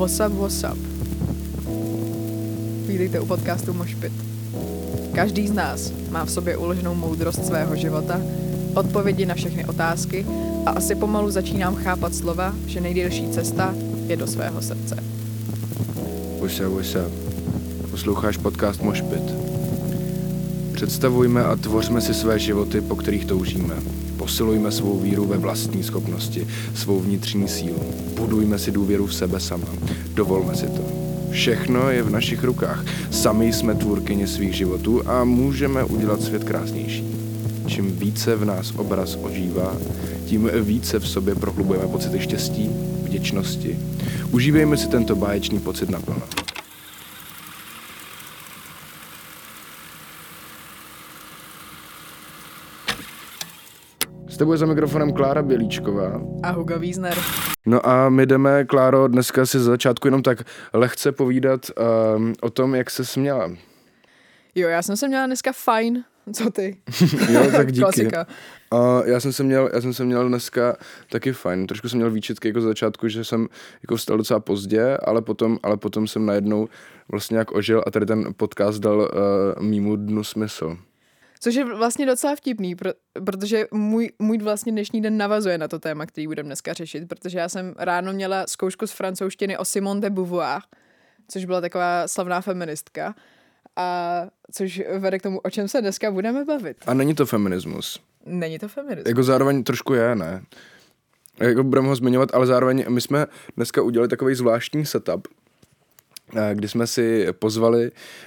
What's up? Vítejte u podcastu Mošpit. Každý z nás má v sobě uloženou moudrost svého života, odpovědi na všechny otázky a asi pomalu začínám chápat slova, že nejdelší cesta je do svého srdce. What's up? Posloucháš podcast Mošpit. Představujme a tvořme si své životy, po kterých toužíme. Posilujme svou víru ve vlastní schopnosti, svou vnitřní sílu. Budujme si důvěru v sebe sama. Dovolme si to. Všechno je v našich rukách. Sami jsme tvůrkyně svých životů a můžeme udělat svět krásnější. Čím více v nás obraz ožívá, tím více v sobě prohlubujeme pocity štěstí, vděčnosti. Užívejme si tento báječný pocit naplno. S tebou je za mikrofonem Klára Bělíčková. A Hugo Wiesner. No a my jdeme, Kláro, dneska si za začátku jenom tak lehce povídat o tom, jak se směla. Jo, já jsem se měla dneska fajn. Co ty? Jo, tak díky. Klasika. Já jsem se měl dneska taky fajn. Trošku jsem měl výčitky jako z začátku, že jsem jako vstal docela pozdě, ale potom jsem najednou vlastně jak ožil a tady ten podcast dal mýmu dnu smysl. Což je vlastně docela vtipný, protože můj vlastně dnešní den navazuje na to téma, který budeme dneska řešit, protože já jsem ráno měla zkoušku z francouzštiny o Simone de Beauvoir, což byla taková slavná feministka, a což vede k tomu, o čem se dneska budeme bavit. A není to feminismus. Není to feminismus. Jako zároveň trošku je, ne? Jako budeme ho zmiňovat, ale zároveň my jsme dneska udělali takový zvláštní setup, kdy jsme si pozvali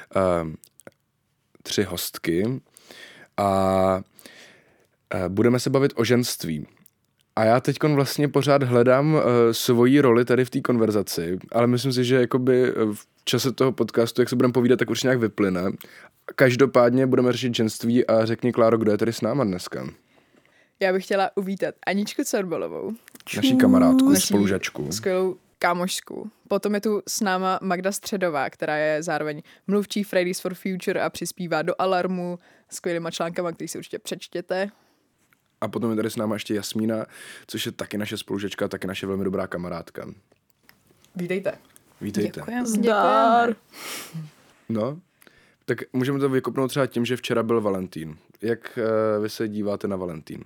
3 hostky, a budeme se bavit o ženství. A já teďkon vlastně pořád hledám svoji roli tady v té konverzaci, ale myslím si, že jakoby v čase toho podcastu, jak se budeme povídat, tak určitě nějak vyplyne. Každopádně budeme řešit ženství a řekni, Kláro, kdo je tady s náma dneska? Já bych chtěla uvítat Aničku Corbalovou. Naši kamarádku, spolužačku. Skvělou kámošku. Potom je tu s náma Magda Středová, která je zároveň mluvčí Fridays for Future a přispívá do Alarmu skvělýma článkama, který si určitě přečtěte. A potom je tady s náma ještě Jasmína, což je taky naše spolužačka, taky naše velmi dobrá kamarádka. Vítejte. Vítejte. Děkujeme. No, tak můžeme to vykopnout třeba tím, že včera byl Valentín. Jak vy se díváte na Valentín?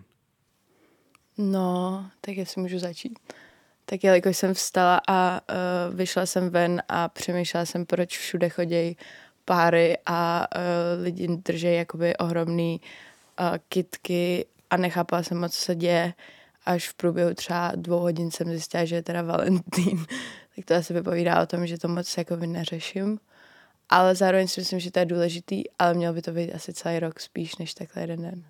No, tak jestli můžu začít. Tak jelikož jsem vstala a vyšla jsem ven a přemýšlela jsem, proč všude chodí páry a lidi drží jakoby ohromný kytky a nechápala jsem moc, co se děje. Až v průběhu třeba 2 hodin jsem zjistila, že je teda Valentín. Tak to asi vypovídá o tom, že to moc jakoby neřeším. Ale zároveň si myslím, že to je důležitý, ale měl by to být asi celý rok spíš, než takhle jeden den.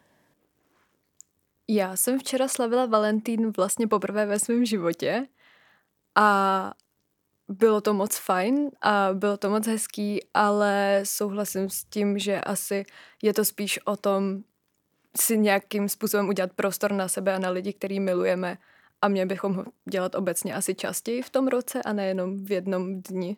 Já jsem včera slavila Valentín vlastně poprvé ve svém životě a bylo to moc fajn a bylo to moc hezký, ale souhlasím s tím, že asi je to spíš o tom si nějakým způsobem udělat prostor na sebe a na lidi, který milujeme, a měli bychom ho dělat obecně asi častěji v tom roce a nejenom v jednom dni.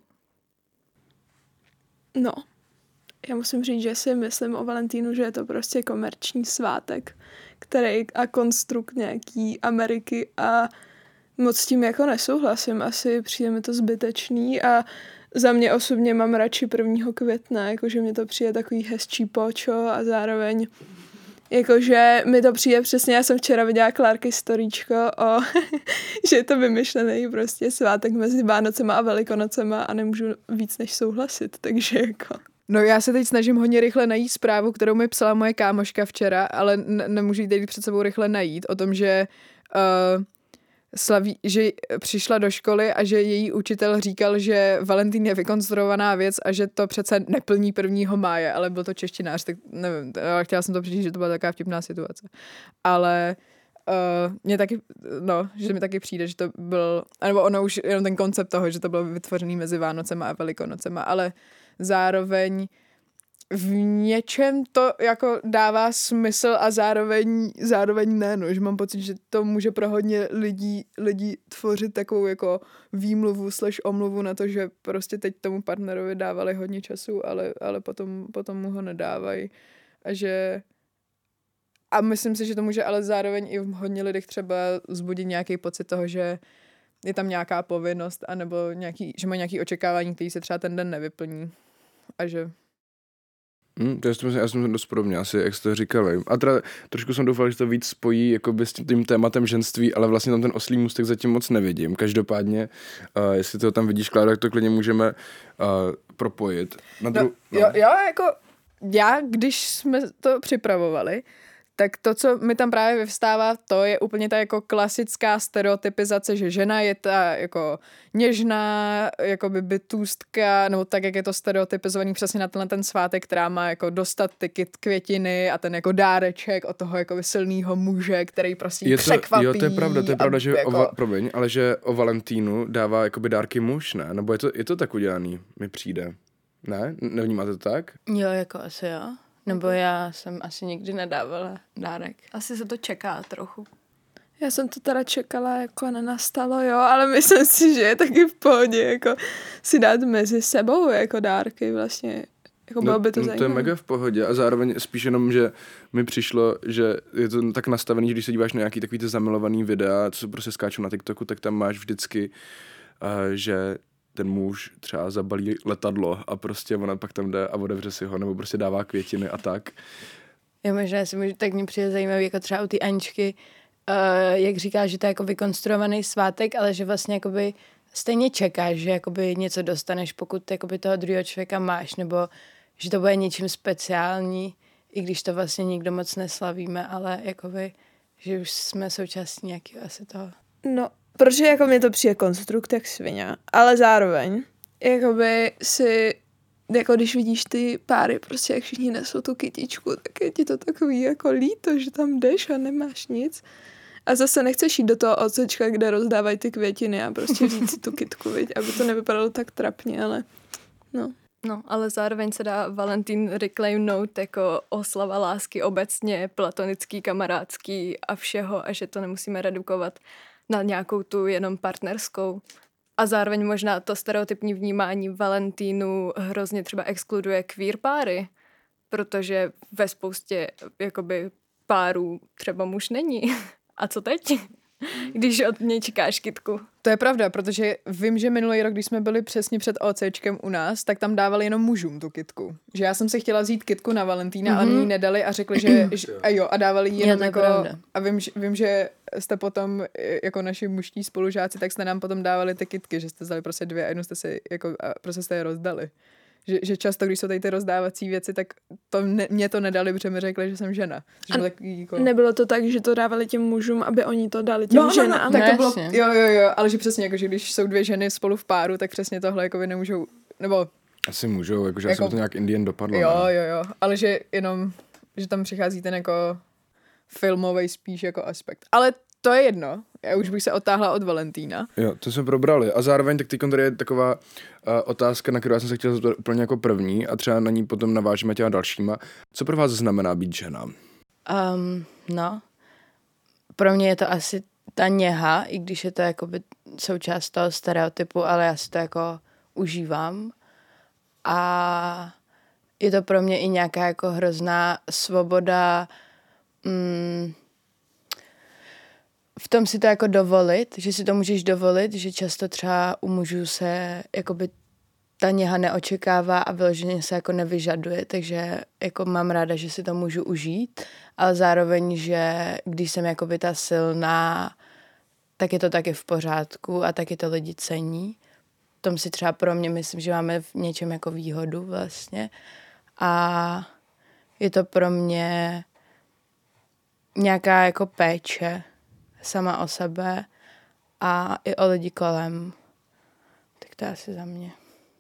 No, já musím říct, že si myslím o Valentínu, že je to prostě komerční svátek, který a konstrukt nějaký Ameriky, a moc s tím jako nesouhlasím. Asi přijde mi to zbytečný a za mě osobně mám radši 1. května, jakože mi to přijde takový hezčí počo a zároveň jakože mi to přijde přesně, já jsem včera viděla Klárky storíčko že je to vymyšlený prostě svátek mezi Vánocema a Velikonocema a nemůžu víc než souhlasit, takže jako... No já se teď snažím hodně rychle najít zprávu, kterou mi psala moje kámoška včera, ale nemůžu ji teď před sebou rychle najít, o tom, že že přišla do školy a že její učitel říkal, že Valentín je vykonstruovaná věc a že to přece neplní 1. máje, ale byl to češtinář, tak nevím, chtěla jsem to přečíst, že to byla taková vtipná situace. Ale mě taky, no, že mi taky přijde, že to byl, nebo ono už jenom ten koncept toho, že to bylo vytvořený mezi Vánocema a Velikonocema, ale zároveň v něčem to jako dává smysl a zároveň ne, no, že mám pocit, že to může pro hodně lidí tvořit takovou jako výmluvu / omluvu na to, že prostě teď tomu partnerovi dávali hodně času, ale potom mu ho nedávají a myslím si, že to může ale zároveň i v hodně lidech třeba vzbudit nějaký pocit toho, že je tam nějaká povinnost, anebo že má nějaký očekávání, který se třeba ten den nevyplní. A že... Já jsem dost podobně, asi jak jste to říkali. A teda trošku jsem doufal, že to víc spojí jakoby s tím tématem ženství, ale vlastně tam ten oslý můstek zatím moc nevidím. Každopádně, jestli to tam vidíš, Klára, tak to klidně můžeme propojit. Já, když jsme to připravovali, tak to, co mi tam právě vyvstává, to je úplně ta jako klasická stereotypizace, že žena je ta jako něžná, jakoby bytůstka, nebo tak, jak je to stereotypizovaný přesně na ten svátek, která má jako dostat ty květiny a ten jako dáreček od toho jako silného muže, který prostě překvapí. Jo, to je pravda, že jako... ale že o Valentínu dává jakoby dárky muž, ne? Nebo je to tak udělaný, mi přijde. Ne? Nevnímáte to tak? Jo, jako asi jo. Nebo já jsem asi nikdy nedávala dárek. Asi se to čeká trochu. Já jsem to teda čekala, jako nenastalo, jo, ale myslím si, že je taky v pohodě, jako si dát mezi sebou jako dárky vlastně. Jako bylo by to zajímavé. To je mega v pohodě a zároveň spíš jenom, že mi přišlo, že je to tak nastavený, že když se díváš na nějaký takový ty zamilovaný videa, co prostě skáčou na TikToku, tak tam máš vždycky, že ten muž třeba zabalí letadlo a prostě ona pak tam jde a otevře si ho, nebo prostě dává květiny a tak. Já možná si můžu, tak mě přijde zajímavý, jako třeba u té Aničky, jak říká, že to je jako vykonstruovaný svátek, ale že vlastně jakoby stejně čekáš, že jakoby něco dostaneš, pokud jakoby toho druhého člověka máš, nebo že to bude něčím speciální, i když to vlastně nikdo moc neslavíme, ale jakoby, že už jsme součástí nějakého asi toho. No, protože jako mě to přijde konstrukt jak svině, ale zároveň, jakoby si, jako když vidíš ty páry, prostě jak všichni nesou tu kytičku, tak je ti to takový jako líto, že tam jdeš a nemáš nic. A zase nechceš jít do toho ocečka, kde rozdávají ty květiny a prostě vzít si tu kytku, viď, aby to nevypadalo tak trapně, ale no. No, ale zároveň se dá Valentín reclaimnout jako oslava lásky obecně, platonický, kamarádský a všeho a že to nemusíme redukovat na nějakou tu jenom partnerskou. A zároveň možná to stereotypní vnímání Valentínu hrozně třeba exkluduje queer páry, protože ve spoustě jakoby párů třeba muž není. A co teď? Když od něj čekáš kytku. To je pravda, protože vím, že minulý rok, když jsme byli přesně před OCčkem u nás, tak tam dávali jenom mužům tu kytku. Že já jsem si chtěla vzít kytku na Valentína, ale jí nedali a řekli, že a dávali jí jenom jako... A vím, že jste potom, jako naši mužští spolužáci, tak jste nám potom dávali ty kytky, že jste vzali prostě 2 a jednu jste si, jako, a prostě jste je rozdali. Že často, když jsou tady ty rozdávací věci, tak mě to nedali, protože mi řekli, že jsem žena. Jako... Nebylo to tak, že to dávali těm mužům, aby oni to dali těm ženám? Tak to bylo, jo, ale že přesně, jako, že když jsou 2 ženy spolu v páru, tak přesně tohle jako by nemůžou, nebo... Asi můžou, jakože jako, jsem to nějak Indian dopadlo. Jo, ale že jenom, že tam přichází ten jako filmový spíš jako aspekt. Ale to je jedno. Já už bych se otáhla od Valentína. Jo, to jsme probrali. A zároveň tak tady je taková otázka, na kterou já jsem se chtěla zeptat úplně jako první a třeba na ní potom navážeme těma dalšíma. Co pro vás znamená být žena? No, pro mě je to asi ta něha, i když je to jakoby součást toho stereotypu, ale já si to jako užívám. A je to pro mě i nějaká jako hrozná svoboda v tom si to jako dovolit, že si to můžeš dovolit, že často třeba u mužů se jakoby ta něha neočekává a vyloženě se jako nevyžaduje, takže jako mám ráda, že si to můžu užít, ale zároveň, že když jsem jakoby ta silná, tak je to taky v pořádku a taky to lidi cení. V tom si třeba pro mě myslím, že máme v něčem jako výhodu vlastně a je to pro mě nějaká jako péče sama o sebe a i o lidi kolem. Tak to je asi za mě.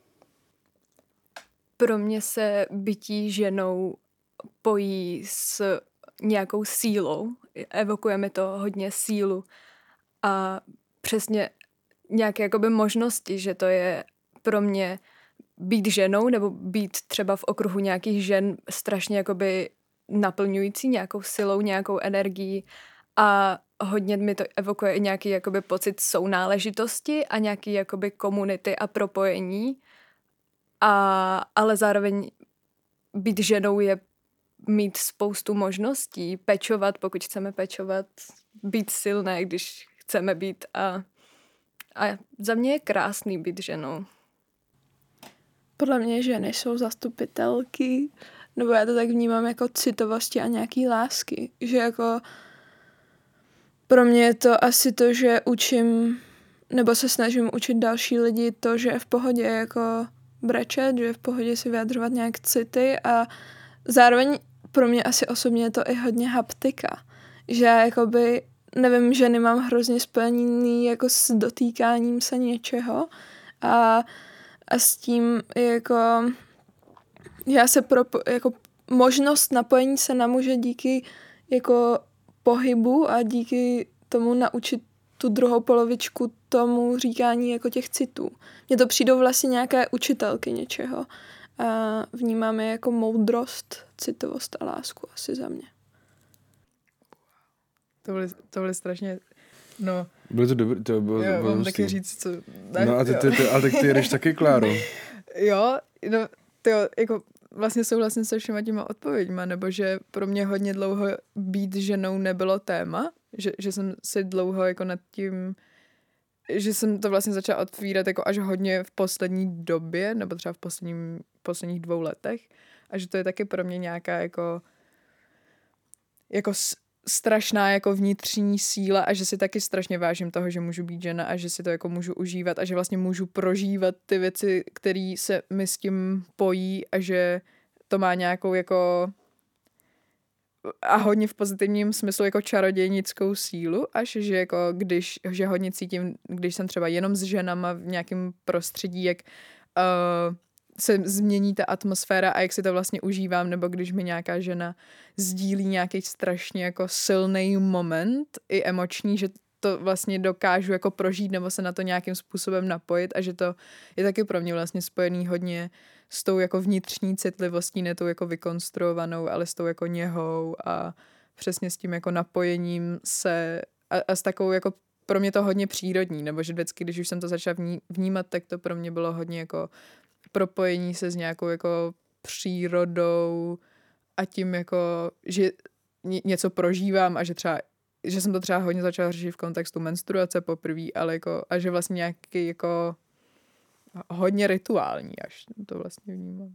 Pro mě se bytí ženou pojí s nějakou sílou. Evokujeme to hodně sílu a přesně nějaké jakoby možnosti, že to je pro mě být ženou nebo být třeba v okruhu nějakých žen strašně jakoby naplňující nějakou silou, nějakou energií a hodně mi to evokuje i nějaký jakoby pocit sounáležitosti a nějaký jakoby komunity a propojení. Ale zároveň být ženou je mít spoustu možností, pečovat, pokud chceme pečovat, být silné, když chceme být A za mě je krásný být ženou. Podle mě ženy jsou zastupitelky, nebo já to tak vnímám jako citovosti a nějaký lásky. Že jako pro mě je to asi to, že učím, nebo se snažím učit další lidi to, že je v pohodě jako brečet, že je v pohodě si vyjadřovat nějak city a zároveň pro mě asi osobně je to i hodně haptika. Že já jakoby, nevím, ženy mám hrozně spojený jako s dotýkáním se něčeho a s tím jako já se jako možnost napojení se na muže díky jako pohybu a díky tomu naučit tu druhou polovičku tomu říkání jako těch citů. Mně to přijdou vlastně nějaké učitelky něčeho a vnímáme jako moudrost, citovost a lásku asi za mě. To byly strašně, no. Bylo to dobré, to bylo jo, mám taky říct, co... Ne, no a ale tak ty jedeš taky, Kláro. Jo, no, tyjo, jako vlastně souhlasím se všema těma odpověďma, nebo že pro mě hodně dlouho být ženou nebylo téma, že jsem si dlouho jako nad tím, že jsem to vlastně začala otvírat jako až hodně v poslední době, nebo třeba v posledních 2 letech, a že to je taky pro mě nějaká jako strašná jako vnitřní síla a že si taky strašně vážím toho, že můžu být žena a že si to jako můžu užívat a že vlastně můžu prožívat ty věci, které se mi s tím pojí a že to má nějakou jako a hodně v pozitivním smyslu jako čarodějnickou sílu, až že jako že hodně cítím, když jsem třeba jenom s ženama v nějakém prostředí, jak se změní ta atmosféra a jak si to vlastně užívám, nebo když mi nějaká žena sdílí nějaký strašně jako silný moment i emoční, že to vlastně dokážu jako prožít nebo se na to nějakým způsobem napojit a že to je taky pro mě vlastně spojený hodně s tou jako vnitřní citlivostí, ne tou jako vykonstruovanou, ale s tou jako něhou a přesně s tím jako napojením se a s takovou jako pro mě to hodně přírodní, nebo že vždycky, když už jsem to začala vnímat, tak to pro mě bylo hodně jako propojení se s nějakou jako přírodou a tím jako, že něco prožívám a že jsem to třeba hodně začala řešit v kontextu menstruace poprvé, ale jako, a že vlastně nějaký jako hodně rituální, až to vlastně vnímám.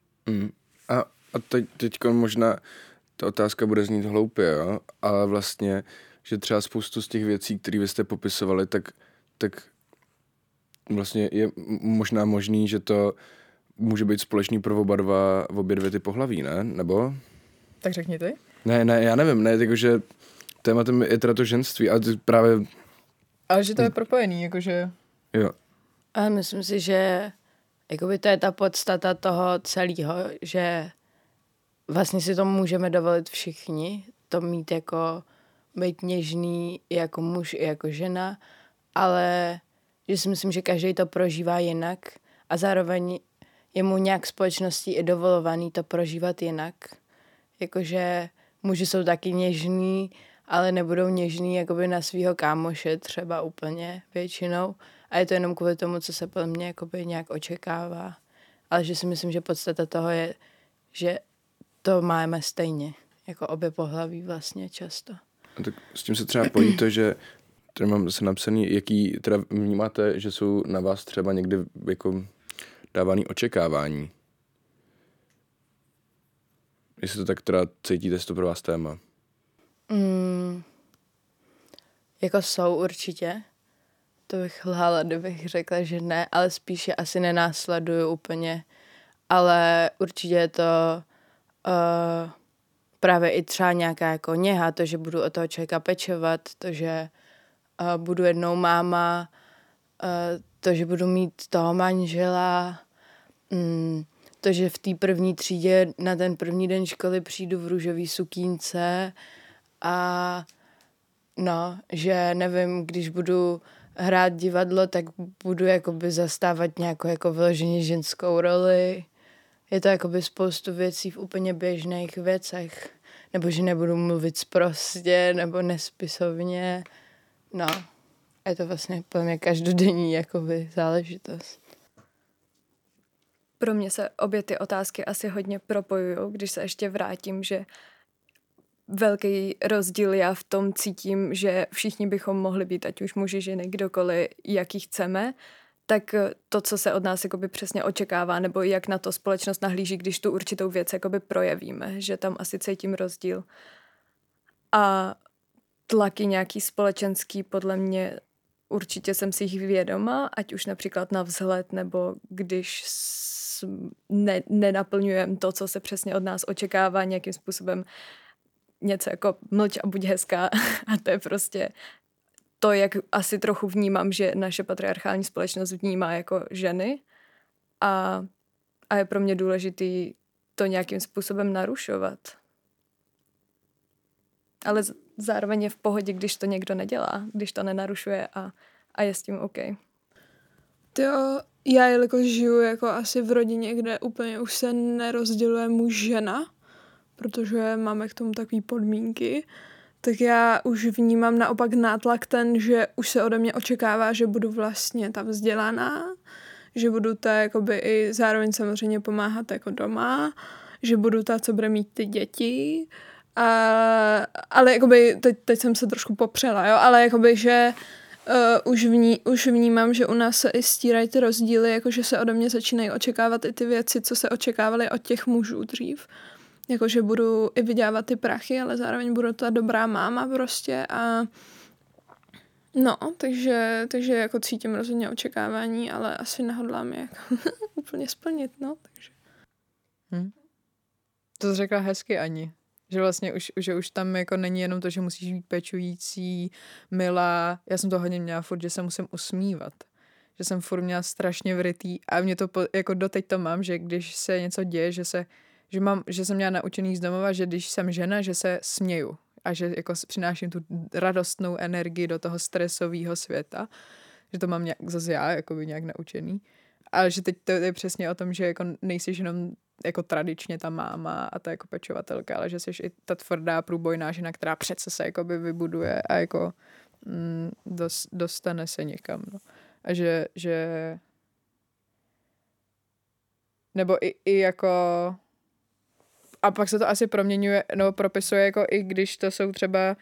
A teďko možná ta otázka bude znít hloupě, jo? Ale vlastně, že třeba spoustu z těch věcí, které vy jste popisovali, tak vlastně je možná možný, že to může být společný pro obě dvě ty pohlaví, ne? Nebo? Tak řekni ty. Ne, já nevím, ne, jakože tématem je teda to ženství, ale právě... Ale že to je propojený, jakože... Jo. Ale myslím si, že jakoby to je ta podstata toho celého, že vlastně si to můžeme dovolit všichni, to mít jako být něžný i jako muž, i jako žena, ale že si myslím, že každý to prožívá jinak a zároveň je mu nějak společností i dovolovaný to prožívat jinak. Jakože muži jsou taky něžný, ale nebudou něžný jakoby na svýho kámoše třeba úplně většinou. A je to jenom kvůli tomu, co se podle mě jakoby nějak očekává. Ale že si myslím, že podstata toho je, že to máme stejně. Jako obě pohlaví vlastně často. A tak s tím se třeba pojí to, že tady mám zase napsaný, jaký teda vnímáte, že jsou na vás třeba někdy jako dávaný očekávání. Jestli to tak teda cítíte, jestli to pro vás téma. Jako jsou určitě. To bych lhala, kdybych řekla, že ne, ale spíše asi nenásleduju úplně. Ale určitě je to právě i třeba nějaká jako něha, to, že budu od toho člověka pečovat, to, že budu jednou máma, to, že budu mít toho manžela, to, že v té první třídě na ten první den školy přijdu v růžový sukínce a no, že nevím, když budu hrát divadlo, tak budu jakoby zastávat nějakou jako vyloženě ženskou roli. Je to jakoby spoustu věcí v úplně běžných věcech. Nebo že nebudu mluvit sprostě, nebo nespisovně. No, je to vlastně pro mě každodenní jakoby záležitost. Pro mě se obě ty otázky asi hodně propojují, když se ještě vrátím, že velký rozdíl já v tom cítím, že všichni bychom mohli být, ať už muži, ženy, kdokoliv, jaký chceme, tak to, co se od nás jakoby přesně očekává, nebo jak na to společnost nahlíží, když tu určitou věc jakoby projevíme, že tam asi cítím rozdíl. A tlaky nějaký společenský, podle mě určitě jsem si jich vědoma, ať už například na vzhled, nebo když nenaplňujeme to, co se přesně od nás očekává nějakým způsobem, něco jako mlč a buď hezká. A to je prostě to, jak asi trochu vnímám, že naše patriarchální společnost vnímá jako ženy. A je pro mě důležitý to nějakým způsobem narušovat. Ale zároveň je v pohodě, když to někdo nedělá, když to nenarušuje a je s tím OK. Jo, já jelikož žiju jako asi v rodině, kde úplně už se nerozděluje muž žena, protože máme k tomu takové podmínky, tak já už vnímám naopak nátlak ten, že už se ode mě očekává, že budu vlastně ta vzdělaná, že budu ta jakoby i zároveň samozřejmě pomáhat jako doma, že budu ta, co bude mít ty děti, ale jakoby teď jsem se trošku popřela, jo, ale jakoby, že už vnímám, že u nás se i stírají ty rozdíly, jakože se ode mě začínají očekávat i ty věci, co se očekávaly od těch mužů dřív. Jakože budu i vydělávat ty prachy, ale zároveň budu ta dobrá máma prostě a no, takže jako cítím rozhodně očekávání, ale asi nehodlám je jako úplně splnit, no, takže. To řekla hezky Ani. Že vlastně už tam jako není jenom to, že musíš být pečující, milá. Já jsem to hodně měla furt, že se musím usmívat. Že jsem furt měla strašně vrytý a mě to jako doteď to mám, že když se něco děje, že jsem měla naučený z domova, že když jsem žena, že se směju a že jako přináším tu radostnou energii do toho stresového světa. Že to mám nějak, zase já jakoby nějak naučený. Ale že teď to je přesně o tom, že jako nejsi jenom jako tradičně ta máma a ta jako pečovatelka, ale že jsi i ta tvrdá průbojná žena, která přece se jakoby vybuduje a jako dostane se někam. No. A že nebo i jako a pak se to asi proměňuje, nebo propisuje jako i když to jsou třeba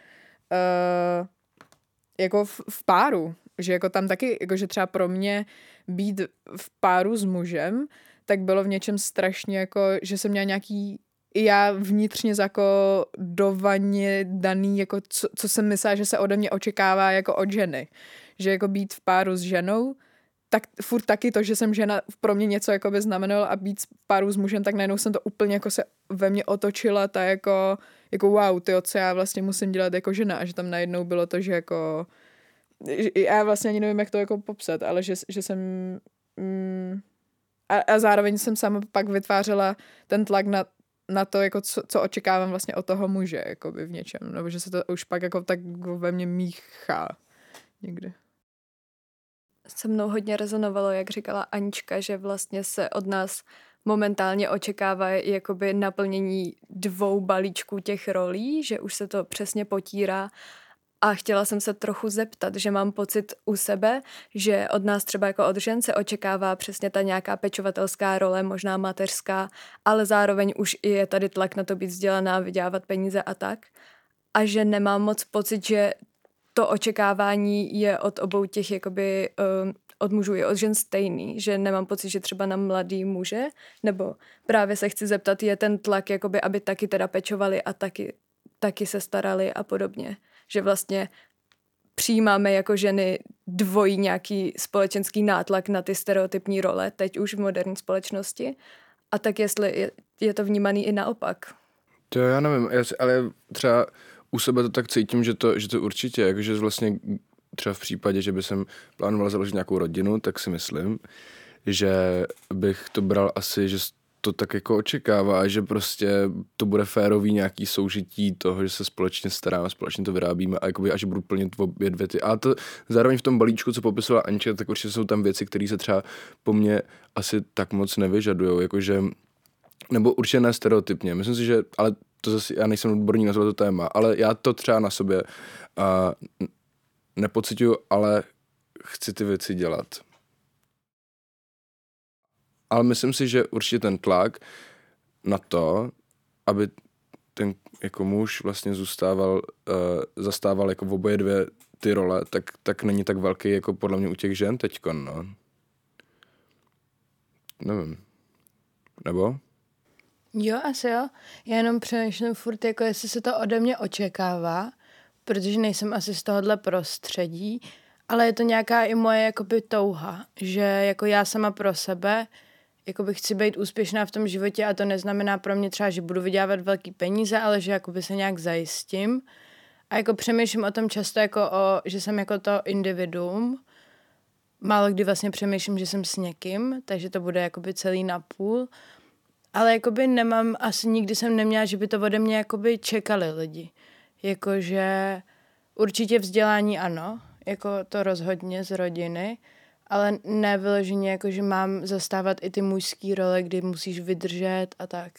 jako v páru, že jako tam taky, jako že třeba pro mě být v páru s mužem, tak bylo v něčem strašně jako, že jsem měla nějaký i já vnitřně jako dovaně daný, jako co jsem myslela, že se ode mě očekává jako od ženy. Že jako být v páru s ženou, tak furt taky to, že jsem žena, pro mě něco jako by znamenalo a být v páru s mužem, tak najednou jsem to úplně jako se ve mně otočila ta jako wow, tyjo, co já vlastně musím dělat jako žena a že tam najednou bylo to, že jako já vlastně ani nevím, jak to jako popsat, ale že jsem a zároveň jsem sama pak vytvářela ten tlak na to, jako co očekávám vlastně od toho muže, jakoby v něčem, nebo že se to už pak jako tak ve mně míchá někdy. Se mnou hodně rezonovalo, jak říkala Anička, že vlastně se od nás momentálně očekává jakoby naplnění 2 balíčků těch rolí, že už se to přesně potírá. A chtěla jsem se trochu zeptat, že mám pocit u sebe, že od nás třeba jako od žen se očekává přesně ta nějaká pečovatelská role, možná mateřská, ale zároveň už i je tady tlak na to být vzdělaná, vydělávat peníze a tak. A že nemám moc pocit, že to očekávání je od obou těch jakoby od mužů i od žen stejný, že nemám pocit, že třeba na mladý muže, nebo právě se chci zeptat, je ten tlak, jakoby, aby taky teda pečovali a taky se starali a podobně. Že vlastně přijímáme jako ženy dvojí nějaký společenský nátlak na ty stereotypní role, teď už v moderní společnosti. A tak jestli je to vnímaný i naopak. To já nevím, ale třeba u sebe to tak cítím, že to určitě, jakože vlastně třeba v případě, že by jsem plánoval založit nějakou rodinu, tak si myslím, že bych to bral asi, že to tak jako očekává, že prostě to bude férový nějaký soužití toho, že se společně staráme, společně to vyrábíme a že budu plnit obě dvě ty. A to zároveň v tom balíčku, co popisovala Anička, tak určitě jsou tam věci, které se třeba po mně asi tak moc nevyžadujou, jakože, nebo určitě ne stereotypně. Myslím si, že, ale to zase, já nejsem odborník na tohle téma, ale já to třeba na sobě nepociťuju, ale chci ty věci dělat. Ale myslím si, že určitě ten tlak na to, aby ten jako muž vlastně zastával jako v oboje dvě ty role, tak není tak velký jako podle mě u těch žen teďkon, no. Nevím. Nebo? Jo, asi jo. Já jenom přemýšlím furt, jako jestli se to ode mě očekává, protože nejsem asi z tohohle prostředí, ale je to nějaká i moje jakoby touha, že jako já sama pro sebe jakoby chci být úspěšná v tom životě a to neznamená pro mě třeba, že budu vydělávat velký peníze, ale že jakoby se nějak zajistím. A jako přemýšlím o tom často, že jsem jako to individuum. Málo kdy vlastně přemýšlím, že jsem s někým, takže to bude jakoby celý napůl. Ale jakoby asi nikdy jsem neměla, že by to ode mě jakoby čekali lidi. Jakože určitě vzdělání ano, jako to rozhodně z rodiny, ale ne vyloženě, jako že mám zastávat i ty mužský role, kdy musíš vydržet a tak.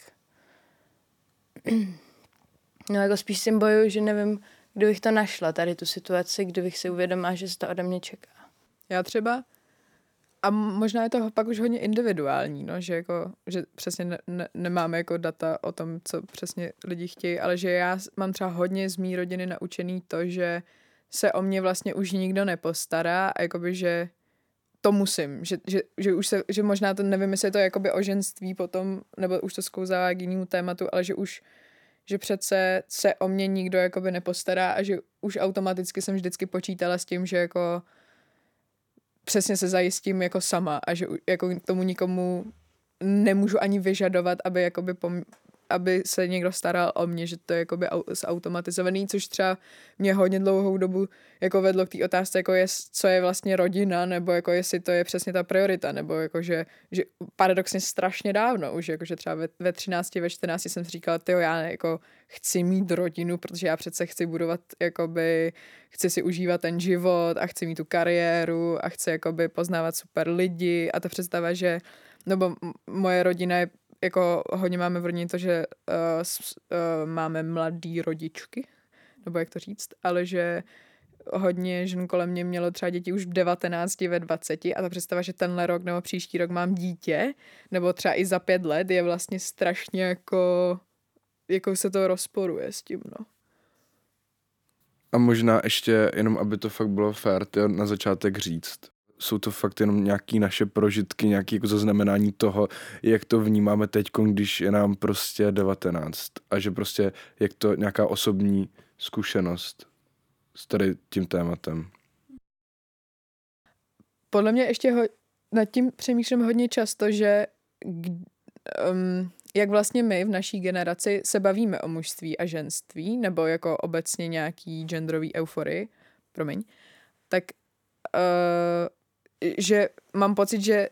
No jako spíš si bojuju, že nevím, kdy bych to našla, tady tu situaci, kdybych si uvědomila, že se to ode mě čeká. Já třeba, a možná je to pak už hodně individuální, no, že, jako, že přesně nemáme jako data o tom, co přesně lidi chtějí, ale že já mám třeba hodně z mý rodiny naučený to, že se o mě vlastně už nikdo nepostará a jakoby, že to musím, že už se, že možná to nevím, jestli je to jakoby o ženství potom, nebo už to sklouzává k jinému tématu, ale že přece se o mě nikdo jakoby nepostará a že už automaticky jsem vždycky počítala s tím, že jako přesně se zajistím jako sama a že jako k tomu nikomu nemůžu ani vyžadovat, aby jakoby aby se někdo staral o mě, že to je jakoby zautomatizovaný, což třeba mě hodně dlouhou dobu jako vedlo k té otázce, jako co je vlastně rodina, nebo jako jestli to je přesně ta priorita, nebo jako že paradoxně strašně dávno už, jakože třeba ve 13, ve 14 jsem si říkala, tyjo, já jako chci mít rodinu, protože já přece chci budovat, jakoby, chci si užívat ten život a chci mít tu kariéru a chci jakoby poznávat super lidi a ta představa, že nebo moje rodina je jako hodně máme v rodině to, že máme mladý rodičky, nebo jak to říct, ale že hodně žen kolem mě mělo třeba děti už v 19, ve 20 a ta představa, že tenhle rok nebo příští rok mám dítě, nebo třeba i za 5 let je vlastně strašně jako se to rozporuje s tím, no. A možná ještě, jenom aby to fakt bylo fér, na začátek říct. Jsou to fakt jenom nějaký naše prožitky, nějaké jako zaznamenání toho, jak to vnímáme teď, když je nám prostě 19. A že prostě jak to nějaká osobní zkušenost s tady tím tématem. Podle mě ještě nad tím přemýšlím hodně často, že jak vlastně my v naší generaci se bavíme o mužství a ženství, nebo jako obecně nějaký genderový euforii, tak že mám pocit, že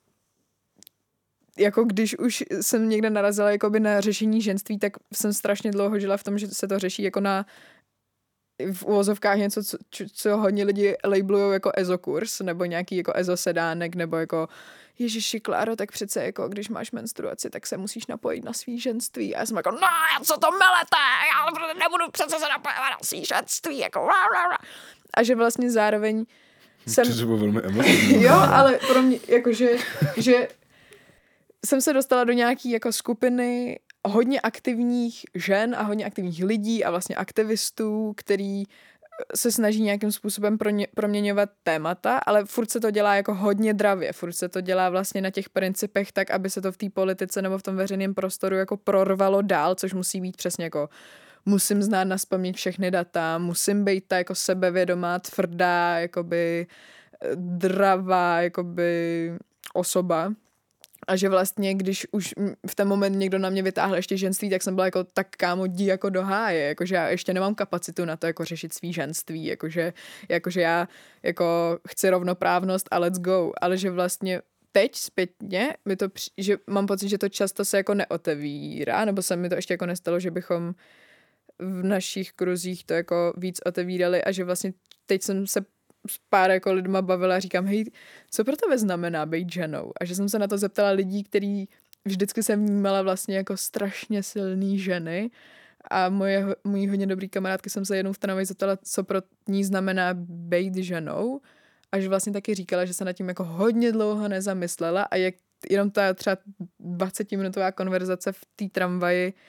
jako když už jsem někde narazila jakoby na řešení ženství, tak jsem strašně dlouho žila v tom, že se to řeší jako v uvozovkách něco, co hodně lidi labelujou jako ezokurs, nebo nějaký jako ezosedánek, nebo jako Ježiši, Kláro, tak přece jako když máš menstruaci, tak se musíš napojit na svý ženství. A já jsem jako, no, co to melete, já nebudu přece se napojovat na svý ženství, jako a že vlastně zároveň jsem... To bylo velmi emotivní. Jo, ale pro mě, jakože, že jsem se dostala do nějaký jako skupiny hodně aktivních žen a hodně aktivních lidí a vlastně aktivistů, který se snaží nějakým způsobem proměňovat témata, ale furt se to dělá jako hodně dravě, furt se to dělá vlastně na těch principech tak, aby se to v té politice nebo v tom veřejném prostoru jako prorvalo dál, což musí být přesně jako musím znát nazpaměť všechny data, musím být ta jako sebevědomá, tvrdá, jakoby dravá, jakoby osoba. A že vlastně, když už v ten moment někdo na mě vytáhl ještě ženství, tak jsem byla jako, tak kámo, jdi jako do háje, jakože já ještě nemám kapacitu na to jako řešit svý ženství, jakože já jako chci rovnoprávnost a let's go, ale že vlastně teď zpětně že mám pocit, že to často se jako neotevírá, nebo se mi to ještě jako nestalo, že bychom v našich kruzích to jako víc otevírali a že vlastně teď jsem se s pár jako lidma bavila a říkám, hej, co pro tebe znamená být ženou? A že jsem se na to zeptala lidí, který vždycky jsem vnímala vlastně jako strašně silný ženy a mojí hodně dobrý kamarádky jsem se jednou v Trnavě zeptala, co pro ní znamená být ženou a že vlastně taky říkala, že se nad tím jako hodně dlouho nezamyslela a jak jenom ta třeba 20-minutová konverzace v té tramvaji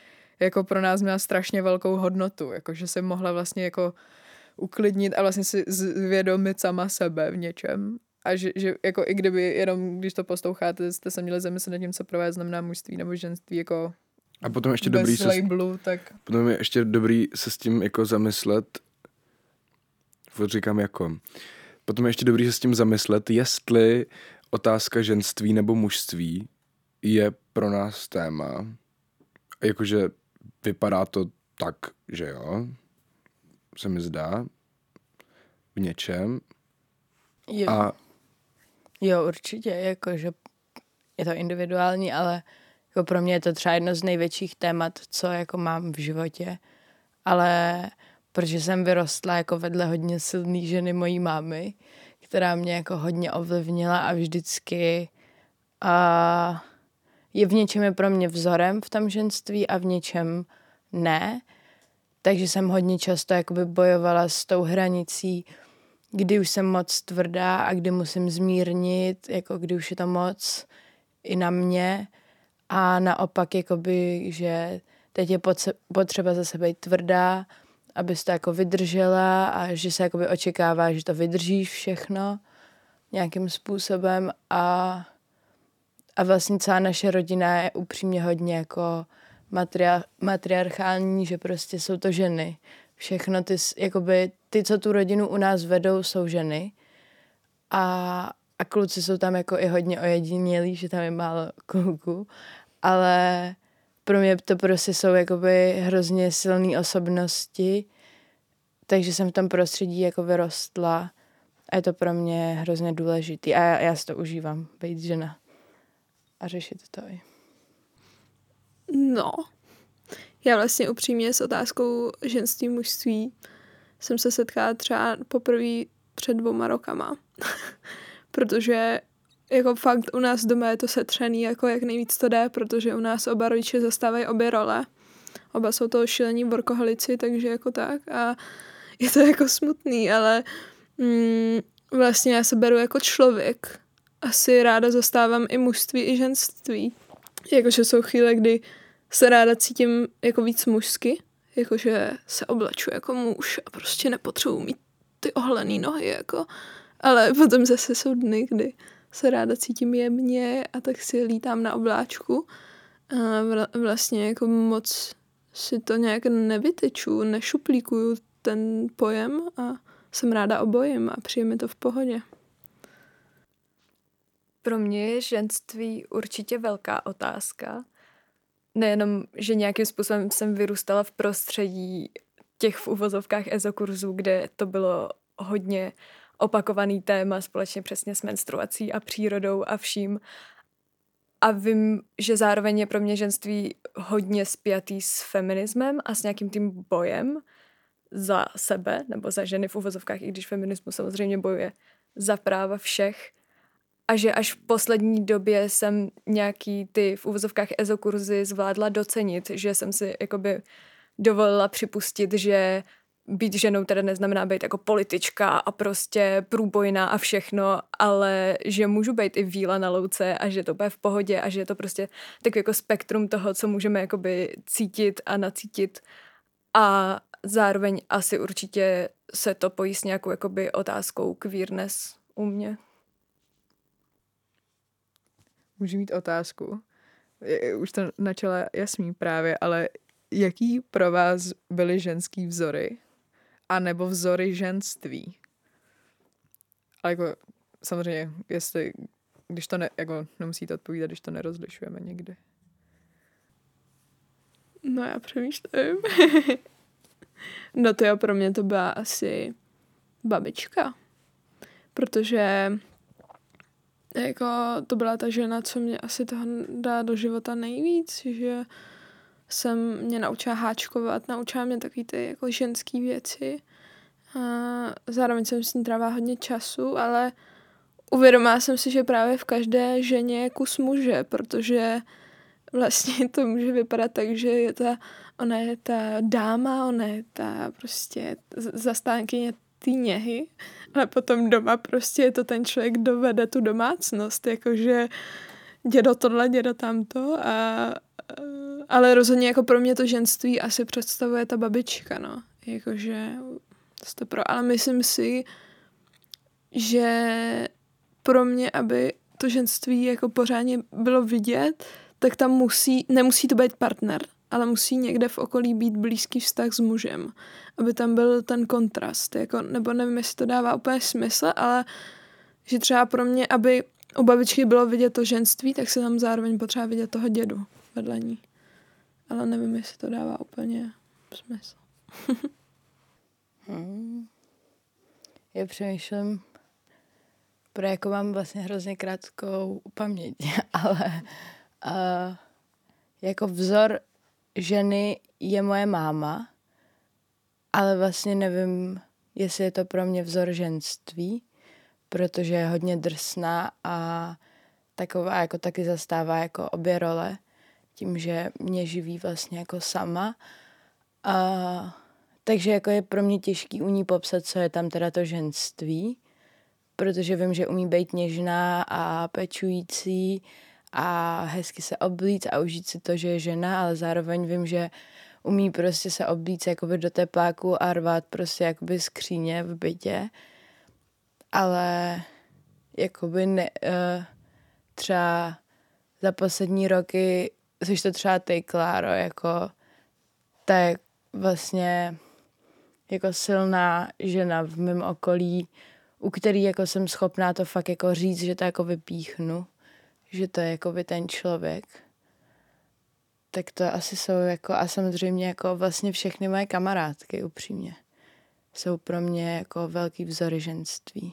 jako pro nás měla strašně velkou hodnotu, jako že jsem mohla vlastně jako uklidnit a vlastně si zvědomit sama sebe v něčem. A že jako i kdyby jenom, když to posloucháte, jste se měli zamyslet nad tím, co pro vás znamená mužství nebo ženství, jako a potom ještě bez labelu, tak... Potom je ještě dobrý se s tím jako zamyslet, říkám jako, potom je ještě dobrý se s tím zamyslet, jestli otázka ženství nebo mužství je pro nás téma. Jakože vypadá to tak, že jo, se mi zdá, v něčem. Jo. Jo, určitě, jakože je to individuální, ale jako pro mě je to třeba jedno z největších témat, co jako mám v životě. Ale protože jsem vyrostla jako vedle hodně silný ženy mojí mámy, která mě jako hodně ovlivnila a vždycky je v něčem je pro mě vzorem v tom ženství a v něčem ne. Takže jsem hodně často jakoby bojovala s tou hranicí, kdy už jsem moc tvrdá a kdy musím zmírnit, jako kdy už je to moc i na mě. A naopak, jakoby, že teď je potřeba zase být tvrdá, abys to jako vydržela a že se jakoby očekává, že to vydržíš všechno nějakým způsobem a vlastně celá naše rodina je upřímně hodně jako matriarchální, že prostě jsou to ženy. Všechno ty, co tu rodinu u nás vedou, jsou ženy a kluci jsou tam jako i hodně ojedinělí, že tam je málo kluků, ale pro mě to prostě jsou jakoby hrozně silné osobnosti, takže jsem v tom prostředí jako vyrostla a je to pro mě hrozně důležitý a já si to užívám, být žena a řešit to i. No, já vlastně upřímně s otázkou ženství, mužství jsem se setkala třeba poprvé před 2 rokama, protože jako fakt u nás doma je to setřený, jako jak nejvíc to jde, protože u nás oba rodiče zastávají obě role. Oba jsou to šílení workoholici, takže jako tak a je to jako smutný, ale vlastně já se beru jako člověk. Asi ráda zastávám i mužství, i ženství. Jakože jsou chvíle, kdy se ráda cítím jako víc mužsky, jakože se obleču jako muž a prostě nepotřebuji mít ty oholený nohy, jako. Ale potom zase jsou dny, kdy se ráda cítím jemně a tak si lítám na obláčku. A vlastně jako moc si to nějak nevyteču, nešuplíkuju ten pojem a jsem ráda obojím a přijde mi to v pohodě. Pro mě je ženství určitě velká otázka. Nejenom, že nějakým způsobem jsem vyrůstala v prostředí těch v uvozovkách ezokurzů, kde to bylo hodně opakovaný téma společně přesně s menstruací a přírodou a vším. A vím, že zároveň je pro mě ženství hodně spjatý s feminismem a s nějakým tím bojem za sebe nebo za ženy v uvozovkách, i když feminismus samozřejmě bojuje za práva všech. A že až v poslední době jsem nějaký ty v uvozovkách ezokurzy zvládla docenit, že jsem si jakoby dovolila připustit, že být ženou teda neznamená být jako politička a prostě průbojná a všechno, ale že můžu být i víla na louce a že to bude v pohodě a že je to prostě tak jako spektrum toho, co můžeme jakoby cítit a nacítit. A zároveň asi určitě se to pojí s nějakou jakoby otázkou queerness u mě. Můžu mít otázku. Už to načala Jasmín právě, ale jaký pro vás byly ženský vzory? A nebo vzory ženství? Ale jako samozřejmě, když to jako nemusíte odpovídat, když to nerozlišujeme někdy. No já přemýšlím. No to jo, pro mě to byla asi babička. Protože jako to byla ta žena, co mě asi toho dá do života nejvíc, že mě naučila háčkovat, naučila mě takový ty jako ženský věci. A zároveň jsem s ní trávila hodně času, ale uvědomila jsem si, že právě v každé ženě je kus muže, protože vlastně to může vypadat tak, že ona je ta dáma, ona je ta prostě zastánkyně té něhy, ale potom doma prostě je to ten člověk, kdo vede tu domácnost, jakože dědo tohle, dědo tamto ale rozhodně jako pro mě to ženství asi představuje ta babička, no. Jakože ale myslím si, že pro mě, aby to ženství jako pořádně bylo vidět, tak tam nemusí to být partner, ale musí někde v okolí být blízký vztah s mužem, aby tam byl ten kontrast, jako, nebo nevím, jestli to dává úplně smysl, ale že třeba pro mě, aby u babičky bylo vidět to ženství, tak se tam zároveň potřeba vidět toho dědu vedle ní. Ale nevím, jestli to dává úplně smysl. Já přemýšlím, protože jako mám vlastně hrozně krátkou paměť, ale jako vzor ženy je moje máma, ale vlastně nevím, jestli je to pro mě vzor ženství, protože je hodně drsná a taková jako taky zastává jako obě role, tím, že mě živí vlastně jako sama. Takže jako je pro mě těžký u ní popsat, co je tam teda to ženství, protože vím, že umí být něžná a pečující a hezky se oblíct a užít si to, že je žena, ale zároveň vím, že umí prostě se oblíct jakoby do tepláku a rvát prostě jakoby skříně v bytě, ale jakoby třeba za poslední roky, jsi to třeba ty, Kláro, jako tak vlastně jako silná žena v mém okolí, u který jako jsem schopná to fakt jako říct, že to jako vypíchnu, že to je jako by ten člověk. Tak to asi jsou jako, a samozřejmě jako vlastně všechny moje kamarádky upřímně jsou pro mě jako velký vzory ženství.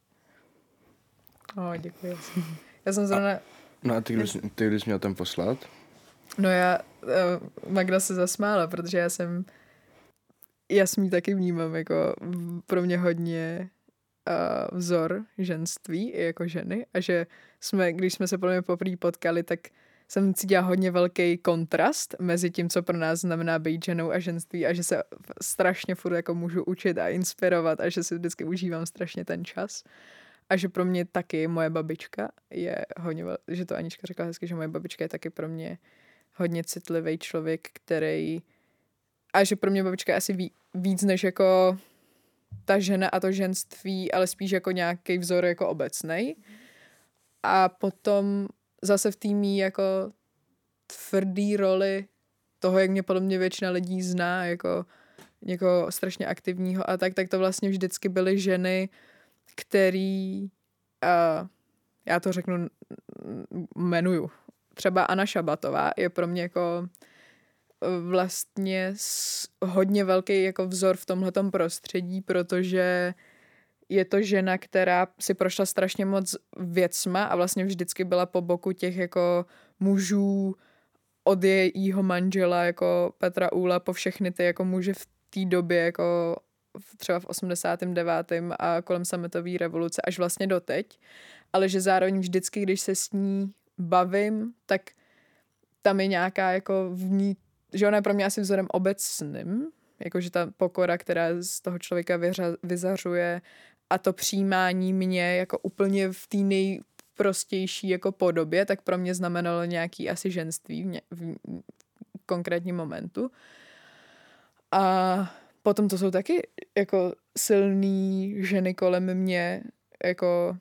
Děkuji. Já jsem zrovna... No a ty když měl tam poslat? No Magda se zasmála, protože já smí taky vnímám jako pro mě hodně vzor ženství i jako ženy a že když jsme se poprvé potkali, tak jsem cítila hodně velký kontrast mezi tím, co pro nás znamená být ženou a ženství a že se strašně furt jako můžu učit a inspirovat a že si vždycky užívám strašně ten čas. A že pro mě taky moje babička je hodně, že to Anička řekla hezky, že moje babička je taky pro mě hodně citlivý člověk, a že pro mě babička je asi víc než jako ta žena a to ženství, ale spíš jako nějaký vzor jako obecnej. A potom zase v týmí jako tvrdý roli toho, jak mě podobně většina lidí zná, jako někoho strašně aktivního a tak to vlastně vždycky byly ženy, který, já to řeknu, jmenuju. Třeba Anna Šabatová je pro mě jako vlastně hodně velký jako vzor v tomhletom prostředí, protože je to žena, která si prošla strašně moc věcma a vlastně vždycky byla po boku těch jako mužů od jejího manžela jako Petra Úla po všechny ty jako muže v té době jako třeba v 89. a kolem sametové revoluce až vlastně doteď, ale že zároveň vždycky, když se s ní bavím, tak tam je nějaká jako že ona je pro mě asi vzorem obecným, jakože ta pokora, která z toho člověka vyzařuje a to přijímání mě jako úplně v té nejprostější jako podobě, tak pro mě znamenalo nějaký asi ženství v konkrétním momentu. A potom to jsou taky jako silný ženy kolem mě, jako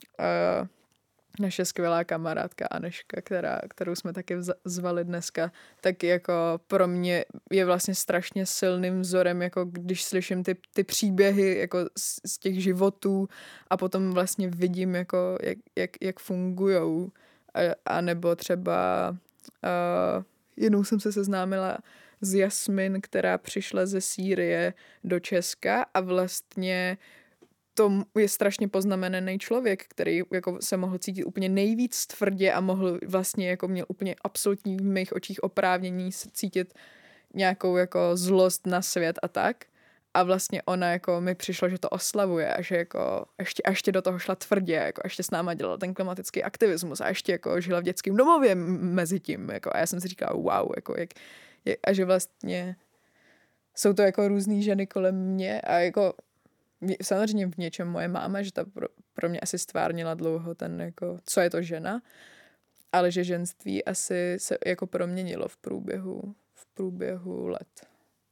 naše skvělá kamarádka Aneška, kterou jsme taky zvali dneska, tak jako pro mě je vlastně strašně silným vzorem, jako když slyším ty příběhy jako z těch životů a potom vlastně vidím, jako jak fungujou. A nebo třeba jednou jsem se seznámila s Jasmin, která přišla ze Sýrie do Česka a vlastně to je strašně poznamenaný člověk, který jako se mohl cítit úplně nejvíc tvrdě a mohl vlastně jako měl úplně absolutní v mých očích oprávnění cítit nějakou jako zlost na svět a tak. A vlastně ona jako mi přišlo, že to oslavuje a že jako ještě do toho šla tvrdě, jako ještě s náma dělala ten klimatický aktivismus a ještě jako žila v dětském domově mezi tím. Jako, a já jsem si říkala, wow, jako a že vlastně jsou to jako různý ženy kolem mě a jako samozřejmě v něčem moje máma, že ta pro mě asi stvárnila dlouho ten jako, co je to žena, ale že ženství asi se jako proměnilo v průběhu let.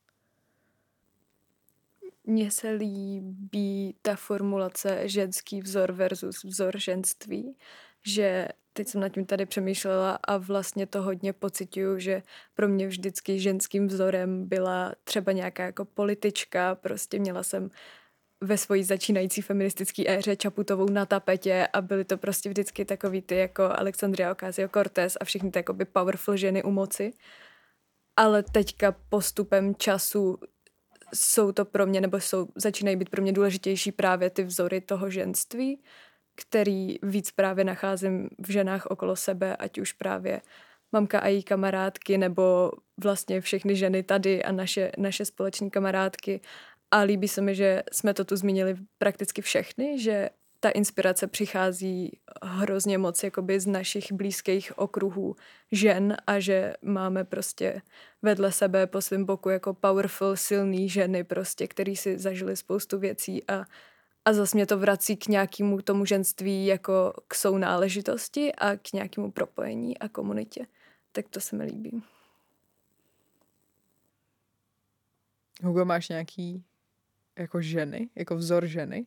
Mně se líbí ta formulace ženský vzor versus vzor ženství, že teď jsem nad tím tady přemýšlela a vlastně to hodně pociťuju, že pro mě vždycky ženským vzorem byla třeba nějaká jako politička, prostě měla jsem ve svojí začínající feministické éře Čaputovou na tapetě a byly to prostě vždycky takový ty jako Alexandria Ocasio-Cortez a všechny ty jakoby powerful ženy u moci. Ale teďka postupem času jsou to pro mě, nebo začínají být pro mě důležitější právě ty vzory toho ženství, který víc právě nacházím v ženách okolo sebe, ať už právě mamka a její kamarádky, nebo vlastně všechny ženy tady a naše společné kamarádky. A líbí se mi, že jsme to tu zmínili prakticky všechny, že ta inspirace přichází hrozně moc jakoby z našich blízkých okruhů žen a že máme prostě vedle sebe po svém boku jako powerful, silný ženy prostě, který si zažili spoustu věcí a zase mě to vrací k nějakému tomu ženství jako k sounáležitosti a k nějakému propojení a komunitě. Tak to se mi líbí. Hugo, máš nějaký jako ženy, jako vzor ženy?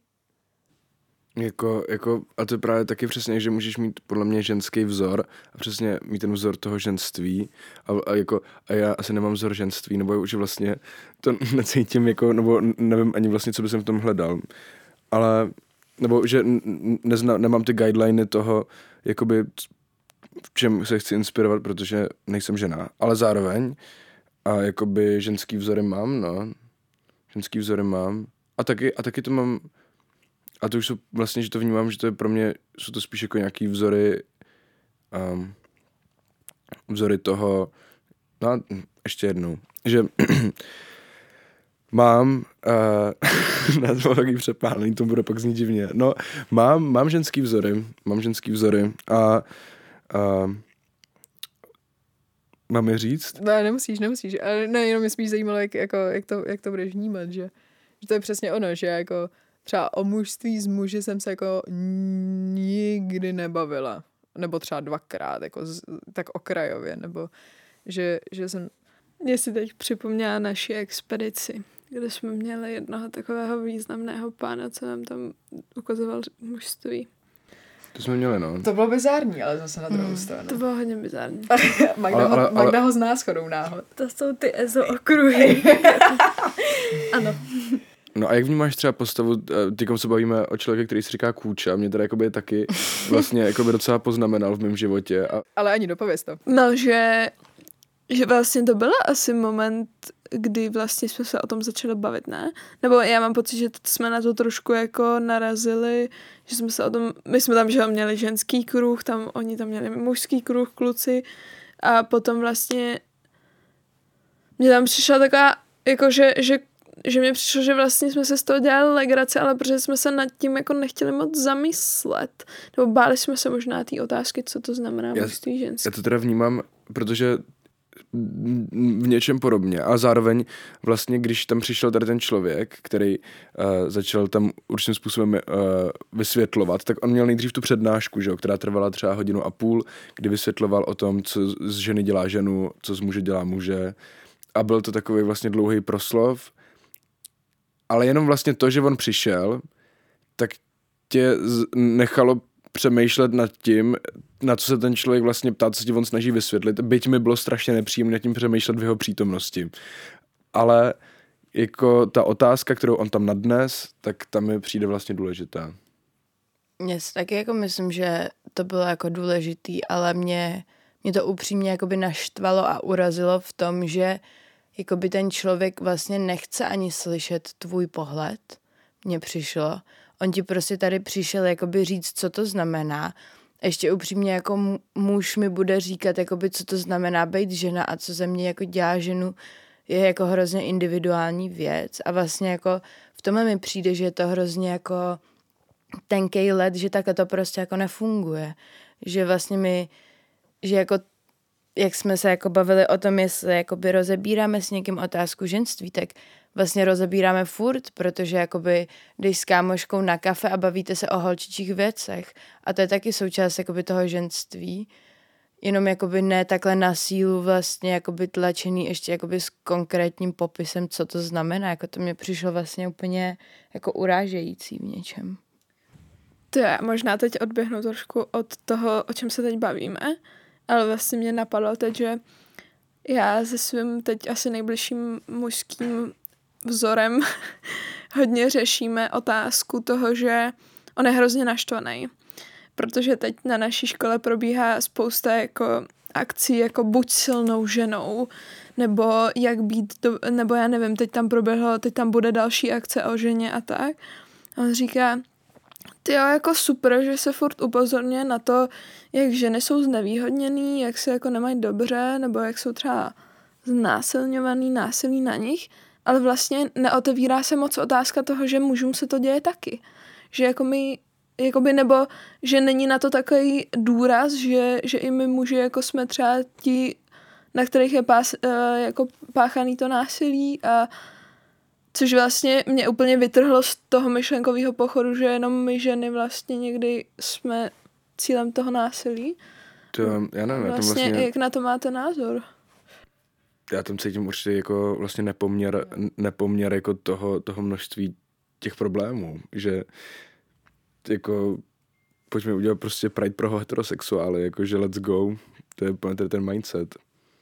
A to je právě taky přesně, že můžeš mít podle mě ženský vzor a přesně mít ten vzor toho ženství a já asi nemám vzor ženství, nebo že vlastně to necítím jako, nebo nevím ani vlastně, co bych v tom hledal, ale nebo že nemám ty guideliny toho, jakoby v čem se chci inspirovat, protože nejsem žena, ale zároveň a jakoby ženský vzory mám, ženský vzory mám a taky to mám. A to už jsou vlastně, že to vnímám, že to je pro mě, jsou to spíš jako nějaký vzory toho, ještě jednou, že mám, to bylo taky přepálený, to bude pak znít divně, mám ženský vzory a mám je říct? Ne, nemusíš, ale ne, jenom mě spíš zajímalo, jak to budeš vnímat, že to je přesně ono, že jako třeba o mužství z muži jsem se jako nikdy nebavila. Nebo třeba 2krát, jako tak okrajově, nebo že jsem... Mě si teď připomněla naši expedici, kde jsme měli jednoho takového významného pána, co nám tam ukazoval mužství. To jsme měli, no. To bylo bizární, ale zase na druhou stranu. To bylo hodně bizární. Magda ho zná shodou náhod. To jsou ty EZO okruhy. Ano. No a jak vnímáš třeba postavu, tykom se bavíme o člověku, který si říká Kůča, mě teda jakoby taky vlastně jakoby docela poznamenal v mém životě. Ale ani dopověz to. No, že vlastně to byl asi moment, kdy vlastně jsme se o tom začali bavit, ne? Nebo já mám pocit, že jsme na to trošku jako narazili, že jsme se o tom, my jsme tam že měli ženský kruh, oni tam měli mužský kruh, kluci a potom vlastně mě tam přišla taková, jako že mě přišlo, že vlastně jsme se z toho dělali legraci, ale protože jsme se nad tím jako nechtěli moc zamyslet. Nebo báli jsme se možná té otázky, co to znamená mužství ženský. Já to teda vnímám, protože v něčem podobně. A zároveň vlastně, když tam přišel tady ten člověk, který začal tam určitým způsobem vysvětlovat, tak on měl nejdřív tu přednášku, že, která trvala třeba 1,5 hodiny, kdy vysvětloval o tom, co z ženy dělá ženu, co z muže dělá muže. A byl to takový vlastně dlouhý proslov. Ale jenom vlastně to, že on přišel, tak tě nechalo přemýšlet nad tím, na co se ten člověk vlastně ptá, co ti on snaží vysvětlit. Byť mi bylo strašně nepříjemné nad tím přemýšlet v jeho přítomnosti. Ale jako ta otázka, kterou on tam nadnes, tak tam mi přijde vlastně důležitá. Mně taky jako myslím, že to bylo jako důležitý, ale mě to upřímně jakoby naštvalo a urazilo v tom, že jakoby ten člověk vlastně nechce ani slyšet tvůj pohled, mně přišlo. On ti prostě tady přišel jakoby říct, co to znamená. Ještě upřímně jako muž mi bude říkat, jakoby, co to znamená být žena a co ze mě jako dělá ženu, je jako hrozně individuální věc. A vlastně jako v tomhle mi přijde, že je to hrozně jako tenkej led, že takhle to prostě jako nefunguje. Že vlastně že jako jak jsme se jako bavili o tom, jestli jakoby rozebíráme s někým otázku ženství, tak vlastně rozebíráme furt, protože jakoby jdeš s kámoškou na kafe a bavíte se o holčičích věcech a to je taky součást jakoby toho ženství, jenom jakoby ne takhle na sílu vlastně jakoby tlačený ještě jakoby s konkrétním popisem, co to znamená. Jako to mě přišlo vlastně úplně jako urážející v něčem. To já možná teď odběhnu trošku od toho, o čem se teď bavíme, ale vlastně mě napadlo teď, že já se svým teď asi nejbližším mužským vzorem hodně řešíme otázku toho, že on je hrozně naštvaný. Protože teď na naší škole probíhá spousta jako akcí, jako buď silnou ženou, nebo jak být, nebo já nevím, teď tam bude další akce o ženě a tak. A on říká, ty jo, jako super, že se furt upozorňuje na to, jak ženy jsou znevýhodněný, jak se jako nemají dobře, nebo jak jsou třeba znásilňovaný, násilí na nich, ale vlastně neotevírá se moc otázka toho, že mužům se to děje taky. Že jako my, jakoby, nebo že není na to takový důraz, že i my muži jako jsme třeba ti, na kterých je jako páchaný to násilí a což vlastně mě úplně vytrhlo z toho myšlenkového pochodu, že jenom my ženy vlastně někdy jsme cílem toho násilí. To, já nevím, vlastně, jak na to máte názor? Já tam cítím určitě jako vlastně nepoměr jako toho množství těch problémů, že jako pojďme udělat prostě Pride pro heterosexuály, jakože let's go, to je ten mindset.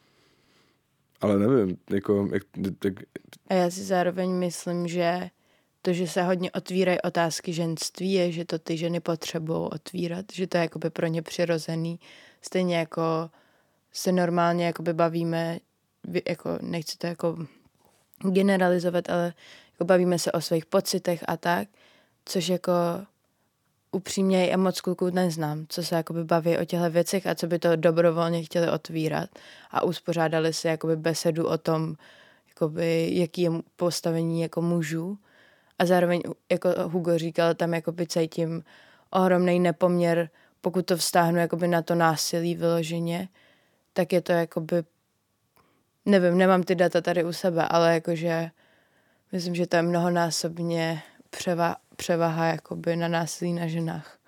Ale nevím, jako... A já si zároveň myslím, že to, že se hodně otvírají otázky ženství, je, že to ty ženy potřebují otvírat, že to je jakoby pro ně přirozený. Stejně jako se normálně jakoby bavíme, jako nechci to jako generalizovat, ale jako bavíme se o svých pocitech a tak, což jako upřímně já moc kluků neznám, co se jakoby baví o těchto věcech a co by to dobrovolně chtěli otvírat a uspořádali si jakoby besedu o tom, jakoby, jaký je postavení jako mužů. A zároveň, jako Hugo říkal, tam jakoby cítím ohromný nepoměr, pokud to vztáhnu jakoby na to násilí vyloženě, tak je to jakoby, nevím, nemám ty data tady u sebe, ale jakože myslím, že to je mnohonásobně převaha jakoby na násilí na ženách.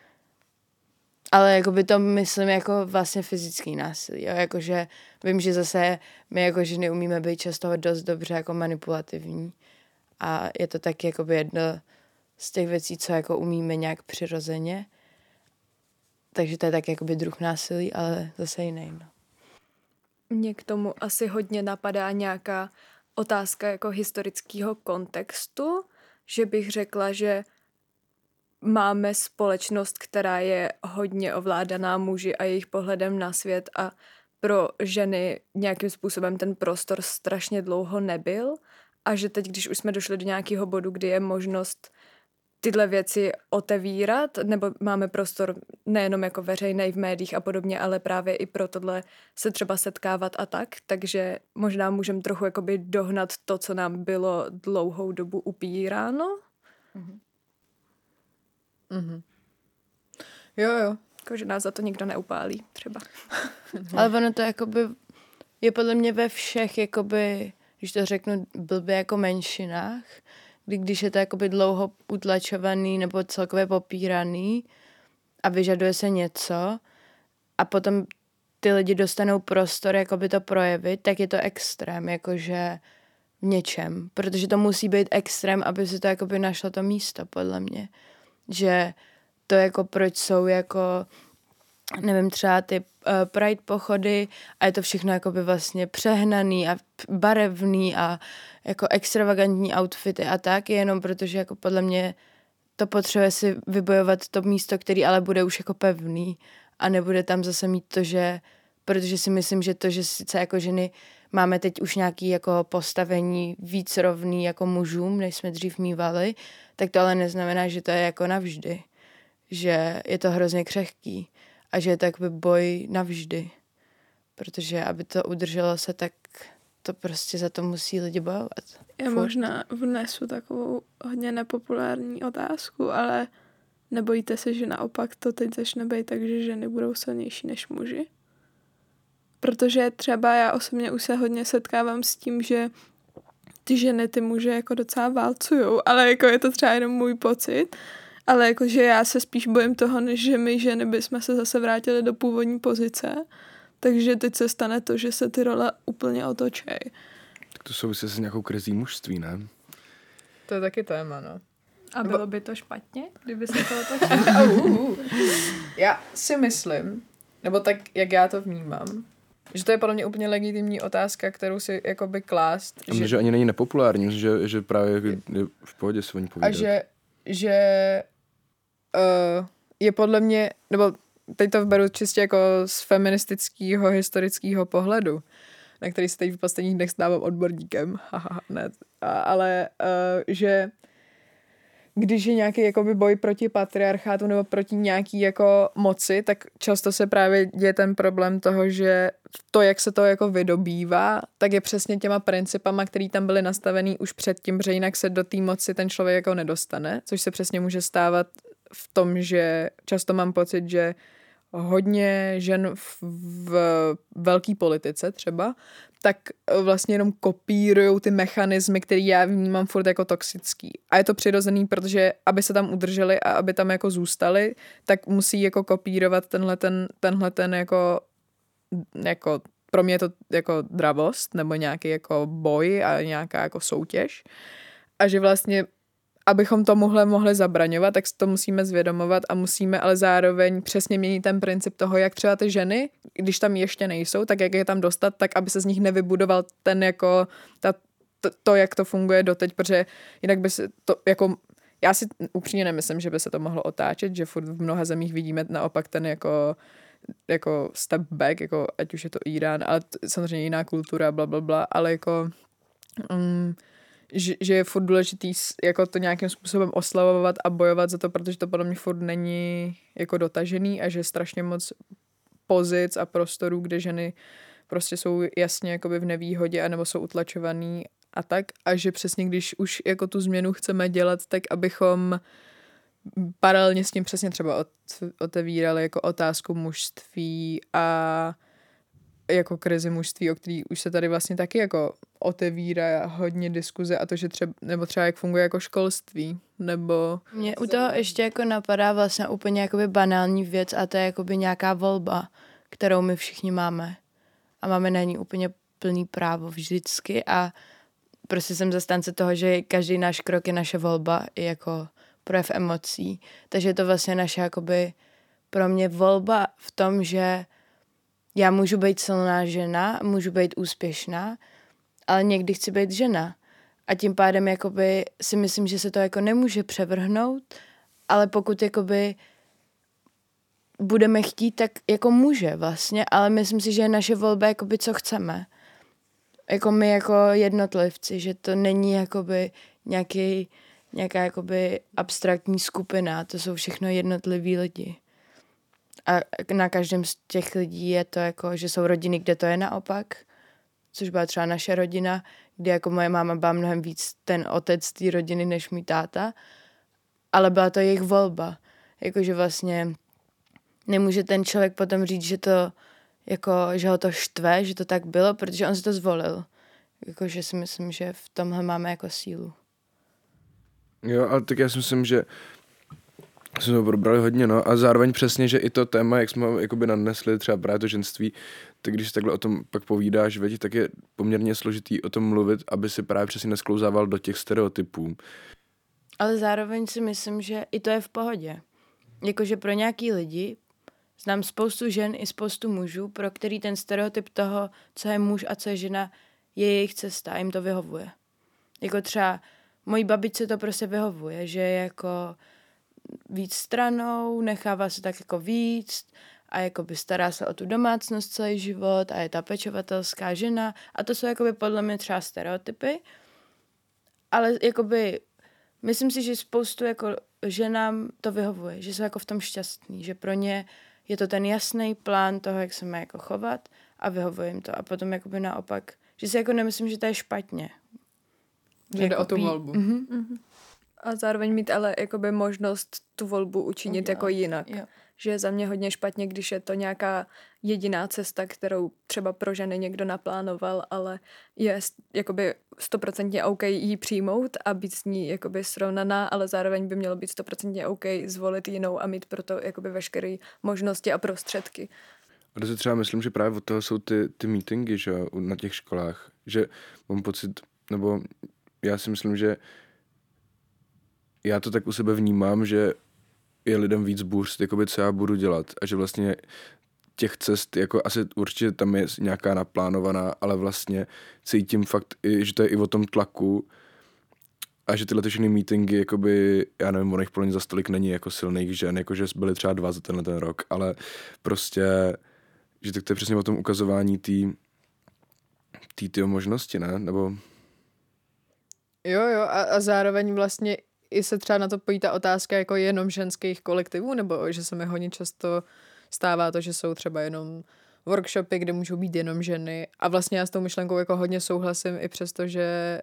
Ale jakoby to myslím jako vlastně fyzický násilí. Jo? Jakože vím, že zase my jako ženy umíme být často dost dobře jako manipulativní. A je to taky jakoby jedno z těch věcí, co jako umíme nějak přirozeně. Takže to je taky jakoby druh násilí, ale zase jiný. No. Mně k tomu asi hodně napadá nějaká otázka jako historického kontextu, že bych řekla, že máme společnost, která je hodně ovládaná muži a jejich pohledem na svět a pro ženy nějakým způsobem ten prostor strašně dlouho nebyl a že teď, když už jsme došli do nějakého bodu, kdy je možnost tyhle věci otevírat, nebo máme prostor nejenom jako veřejný v médiích a podobně, ale právě i pro tohle se třeba setkávat a tak, takže možná můžeme trochu jakoby dohnat to, co nám bylo dlouhou dobu upíráno. Mhm. Jo. Jako, že nás za to nikdo neupálí třeba. Ale ono to jakoby je podle mě ve všech, jakoby, když to řeknu blbě, jako menšinách, když je to jakoby dlouho utlačovaný nebo celkově popíraný a vyžaduje se něco a potom ty lidi dostanou prostor jakoby to projevit, tak je to extrém, jakože v něčem. Protože to musí být extrém, aby si to jakoby našlo to místo, podle mě. Že to jako proč jsou jako, nevím, třeba ty Pride pochody a je to všechno jakoby vlastně přehnaný a barevný a jako extravagantní outfity a tak, jenom protože jako podle mě to potřebuje si vybojovat to místo, který ale bude už jako pevný a nebude tam zase mít to, že, protože si myslím, že to, že sice jako ženy máme teď už nějaký jako postavení víc rovný jako mužům, než jsme dřív mívali, tak to ale neznamená, že to je jako navždy. Že je to hrozně křehký a že je to jakoby boj navždy. Protože aby to udrželo se, tak to prostě za to musí lidi bojovat. Já možná vnesu takovou hodně nepopulární otázku, ale nebojíte se, že naopak to teď začne být tak, že ženy budou silnější než muži? Protože třeba já osobně už se hodně setkávám s tím, že ty ženy ty muže jako docela válcujou, ale jako je to třeba jenom můj pocit. ale jakože já se spíš bojím toho, než že my ženy bychom se zase vrátili do původní pozice. Takže teď se stane to, že se ty role úplně otočej. Tak to souvisí s nějakou krizí mužství, ne? To je taky téma, no. A bylo by to špatně, kdyby se to otočilo? Já si myslím, nebo tak, jak já to vnímám, že to je podle mě úplně legitimní otázka, kterou si jakoby klást. A že ani není nepopulární, že právě je v pohodě se o ní povídat. A že je podle mě, nebo teď to beru čistě jako z feministického historického pohledu, na který se teď v posledních dnech stávám odborníkem, ne, ale že když je nějaký jakoby boj proti patriarchátu nebo proti nějaký jako moci, tak často se právě děje ten problém toho, že to, jak se to jako vydobývá, tak je přesně těma principama, který tam byly nastavený už předtím, že jinak se do té moci ten člověk jako nedostane, což se přesně může stávat v tom, že často mám pocit, že hodně žen v velké politice třeba, tak vlastně jenom kopírujou ty mechanismy, které já vnímám furt jako toxický. A je to přirozený, protože aby se tam udrželi a aby tam jako zůstali, tak musí jako kopírovat tenhle ten jako pro mě je to jako dravost nebo nějaký jako boj a nějaká jako soutěž. A že vlastně abychom tomuhle mohli zabraňovat, tak to musíme zvědomovat a musíme ale zároveň přesně měnit ten princip toho, jak třeba ty ženy, když tam ještě nejsou, tak jak je tam dostat, tak aby se z nich nevybudoval ten jako to, jak to funguje doteď, protože jinak by se to jako já si upřímně nemyslím, že by se to mohlo otáčet, že furt v mnoha zemích vidíme naopak ten jako step back, jako ať už je to Irán, ale samozřejmě jiná kultura, blablabla, ale jako že je furt důležitý jako to nějakým způsobem oslavovat a bojovat za to, protože to podle mě furt není jako dotažený a že je strašně moc pozic a prostorů, kde ženy prostě jsou jasně jakoby v nevýhodě anebo jsou utlačovaný a tak. A že přesně když už jako tu změnu chceme dělat, tak abychom paralelně s tím přesně třeba otevírali jako otázku mužství a jako krizi mužství, o který už se tady vlastně taky jako otevírá hodně diskuze a to, že třeba jak funguje jako školství, nebo... Mně u toho ještě jako napadá vlastně úplně jakoby banální věc a to je jakoby nějaká volba, kterou my všichni máme. A máme na ní úplně plný právo vždycky a prostě jsem zastánce toho, že každý náš krok je naše volba i jako projev emocí. Takže je to vlastně naše jakoby pro mě volba v tom, že já můžu být silná žena, můžu být úspěšná, ale někdy chci být žena. A tím pádem jakoby si myslím, že se to jako nemůže převrhnout, ale pokud jakoby budeme chtít, tak jako může vlastně, ale myslím si, že je naše volba jakoby co chceme. Jako my jako jednotlivci, že to není jakoby nějaká jakoby abstraktní skupina, to jsou všechno jednotliví lidi. A na každém z těch lidí je to jako, že jsou rodiny, kde to je naopak, což byla třeba naše rodina, kde jako moje máma byla mnohem víc ten otec té rodiny než můj táta, ale byla to jejich volba. Jakože vlastně nemůže ten člověk potom říct, že to jako, že ho to štve, že to tak bylo, protože on si to zvolil. Jakože si myslím, že v tomhle máme jako sílu. Jo, ale tak já si myslím, že jsme to probrali hodně, no, a zároveň přesně, že i to téma, jak jsme jakoby nadnesli, třeba právě to ženství, tak když takhle o tom pak povídáš, vědí, tak je poměrně složitý o tom mluvit, aby si právě přesně nesklouzával do těch stereotypů. Ale zároveň si myslím, že i to je v pohodě. Jakože pro nějaký lidi, znám spoustu žen i spoustu mužů, pro který ten stereotyp toho, co je muž a co je žena, je jejich cesta a jim to vyhovuje. Jako třeba mojí babičce to prostě vyhovuje, že je jako víc stranou, nechává se tak jako víc a jakoby stará se o tu domácnost celý život a je ta pečovatelská žena a to jsou jakoby podle mě třeba stereotypy, ale jakoby myslím si, že spoustu jako ženám to vyhovuje, že jsou jako v tom šťastný, že pro ně je to ten jasný plán toho, jak se má jako chovat a vyhovuje jim to a potom jakoby naopak, že si jako nemyslím, že to je špatně. Že jde o tu volbu. A zároveň mít ale jakoby možnost tu volbu učinit jako jinak. Jo. že je za mě hodně špatně, když je to nějaká jediná cesta, kterou třeba pro ženy někdo naplánoval, ale je jakoby 100% OK ji přijmout a být s ní jakoby srovnaná, ale zároveň by mělo být 100% OK zvolit jinou a mít proto jakoby veškeré možnosti a prostředky. A to si třeba myslím, že právě od toho jsou ty meetingy, že na těch školách, že mám pocit, nebo já si myslím, že já to tak u sebe vnímám, že je lidem víc boost, jakoby, co já budu dělat a že vlastně těch cest, jako asi určitě tam je nějaká naplánovaná, ale vlastně cítím fakt, že to je i o tom tlaku a že tyhle všechny meetingy, jakoby, já nevím, ono jich podle mě za stolik není jako silných žen, jakože byly třeba 2 za ten rok, ale prostě, že tak to je přesně o tom ukazování té možnosti, ne? Nebo... Jo, a zároveň vlastně i se třeba na to pojí ta otázka jako jenom ženských kolektivů, nebo že se mi hodně často stává to, že jsou třeba jenom workshopy, kde můžou být jenom ženy a vlastně já s tou myšlenkou jako hodně souhlasím i přesto, že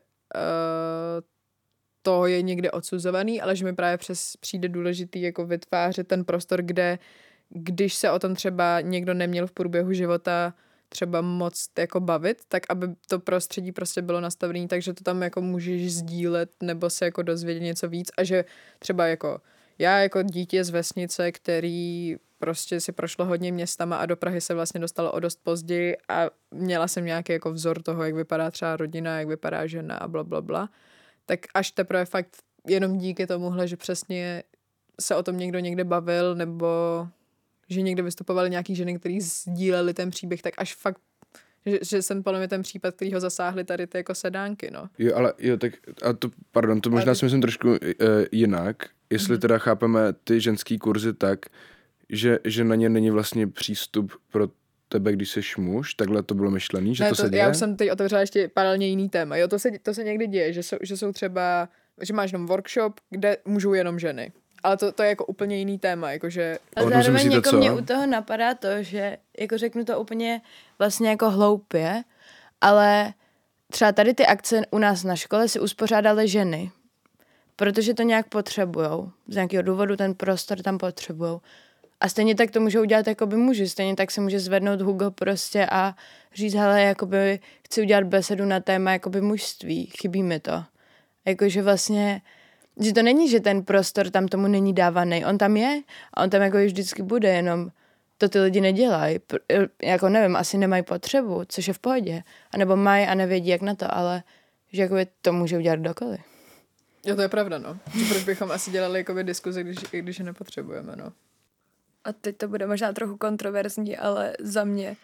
to je někde odsuzovaný, ale že mi právě přijde důležitý jako vytvářet ten prostor, kde když se o tom třeba někdo neměl v průběhu života třeba moc jako bavit, tak aby to prostředí prostě bylo nastavené, takže to tam jako můžeš sdílet nebo se jako dozvědět něco víc a že třeba jako já jako dítě z vesnice, který prostě si prošlo hodně městama a do Prahy se vlastně dostalo o dost později a měla jsem nějaký jako vzor toho, jak vypadá třeba rodina, jak vypadá žena a blablabla, tak až teprve fakt jenom díky tomuhle, že přesně se o tom někdo někde bavil nebo že někde vystupovaly nějaký ženy, který sdíleli ten příběh, tak až fakt, že jsem podle mě ten případ, který ho zasáhly tady ty jako sedánky, no. Jo, ale jo, tak a to, pardon, to možná si myslím trošku jinak, jestli teda chápeme ty ženský kurzy tak, že na ně není vlastně přístup pro tebe, když jsi muž, takhle to bylo myšlený, že ne, to se děje? Já už jsem teď otevřela ještě paralelně jiný téma. Jo, to se někdy děje, že jsou třeba, že máš jenom workshop, kde můžou jenom ženy. Ale to je jako úplně jiný téma, jakože... A zároveň jako mě u toho napadá to, že jako řeknu to úplně vlastně jako hloupě, ale třeba tady ty akce u nás na škole si uspořádaly ženy, protože to nějak potřebujou. Z nějakého důvodu ten prostor tam potřebujou. A stejně tak to můžou udělat jakoby muži. Stejně tak se může zvednout Hugo prostě a říct, hele, jakoby chci udělat besedu na téma jakoby mužství, chybí mi to. Jakože vlastně... Že to není, že ten prostor tam tomu není dávaný. On tam je a on tam jako vždycky bude, jenom to ty lidi nedělají. Jako nevím, asi nemají potřebu, což je v pohodě. A nebo mají a nevědí, jak na to, ale že jako to může udělat kdokoliv. Jo, to je pravda, no. Že proč bychom asi dělali jakoby diskuzi, když je nepotřebujeme, no. A teď to bude možná trochu kontroverzní, ale za mě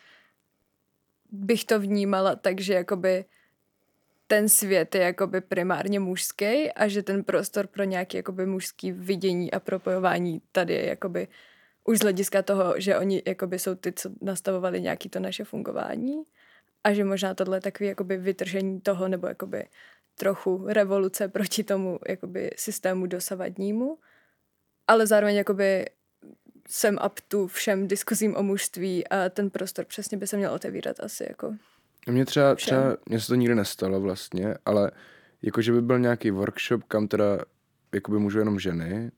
bych to vnímala tak, že jakoby ten svět je jakoby primárně mužský a že ten prostor pro nějaké jakoby mužský vidění a propojování tady je jakoby už z hlediska toho, že oni jakoby jsou ty, co nastavovali nějaký to naše fungování a že možná tohle je takový jakoby vytržení toho nebo jakoby trochu revoluce proti tomu jakoby systému dosavadnímu, ale zároveň jakoby jsem up to všem diskuzím o mužství a ten prostor přesně by se měl otevírat asi jako Mně třeba mně se to nikdy nestalo vlastně, ale jakože by byl nějaký workshop, kam teda jakoby můžou jenom ženy.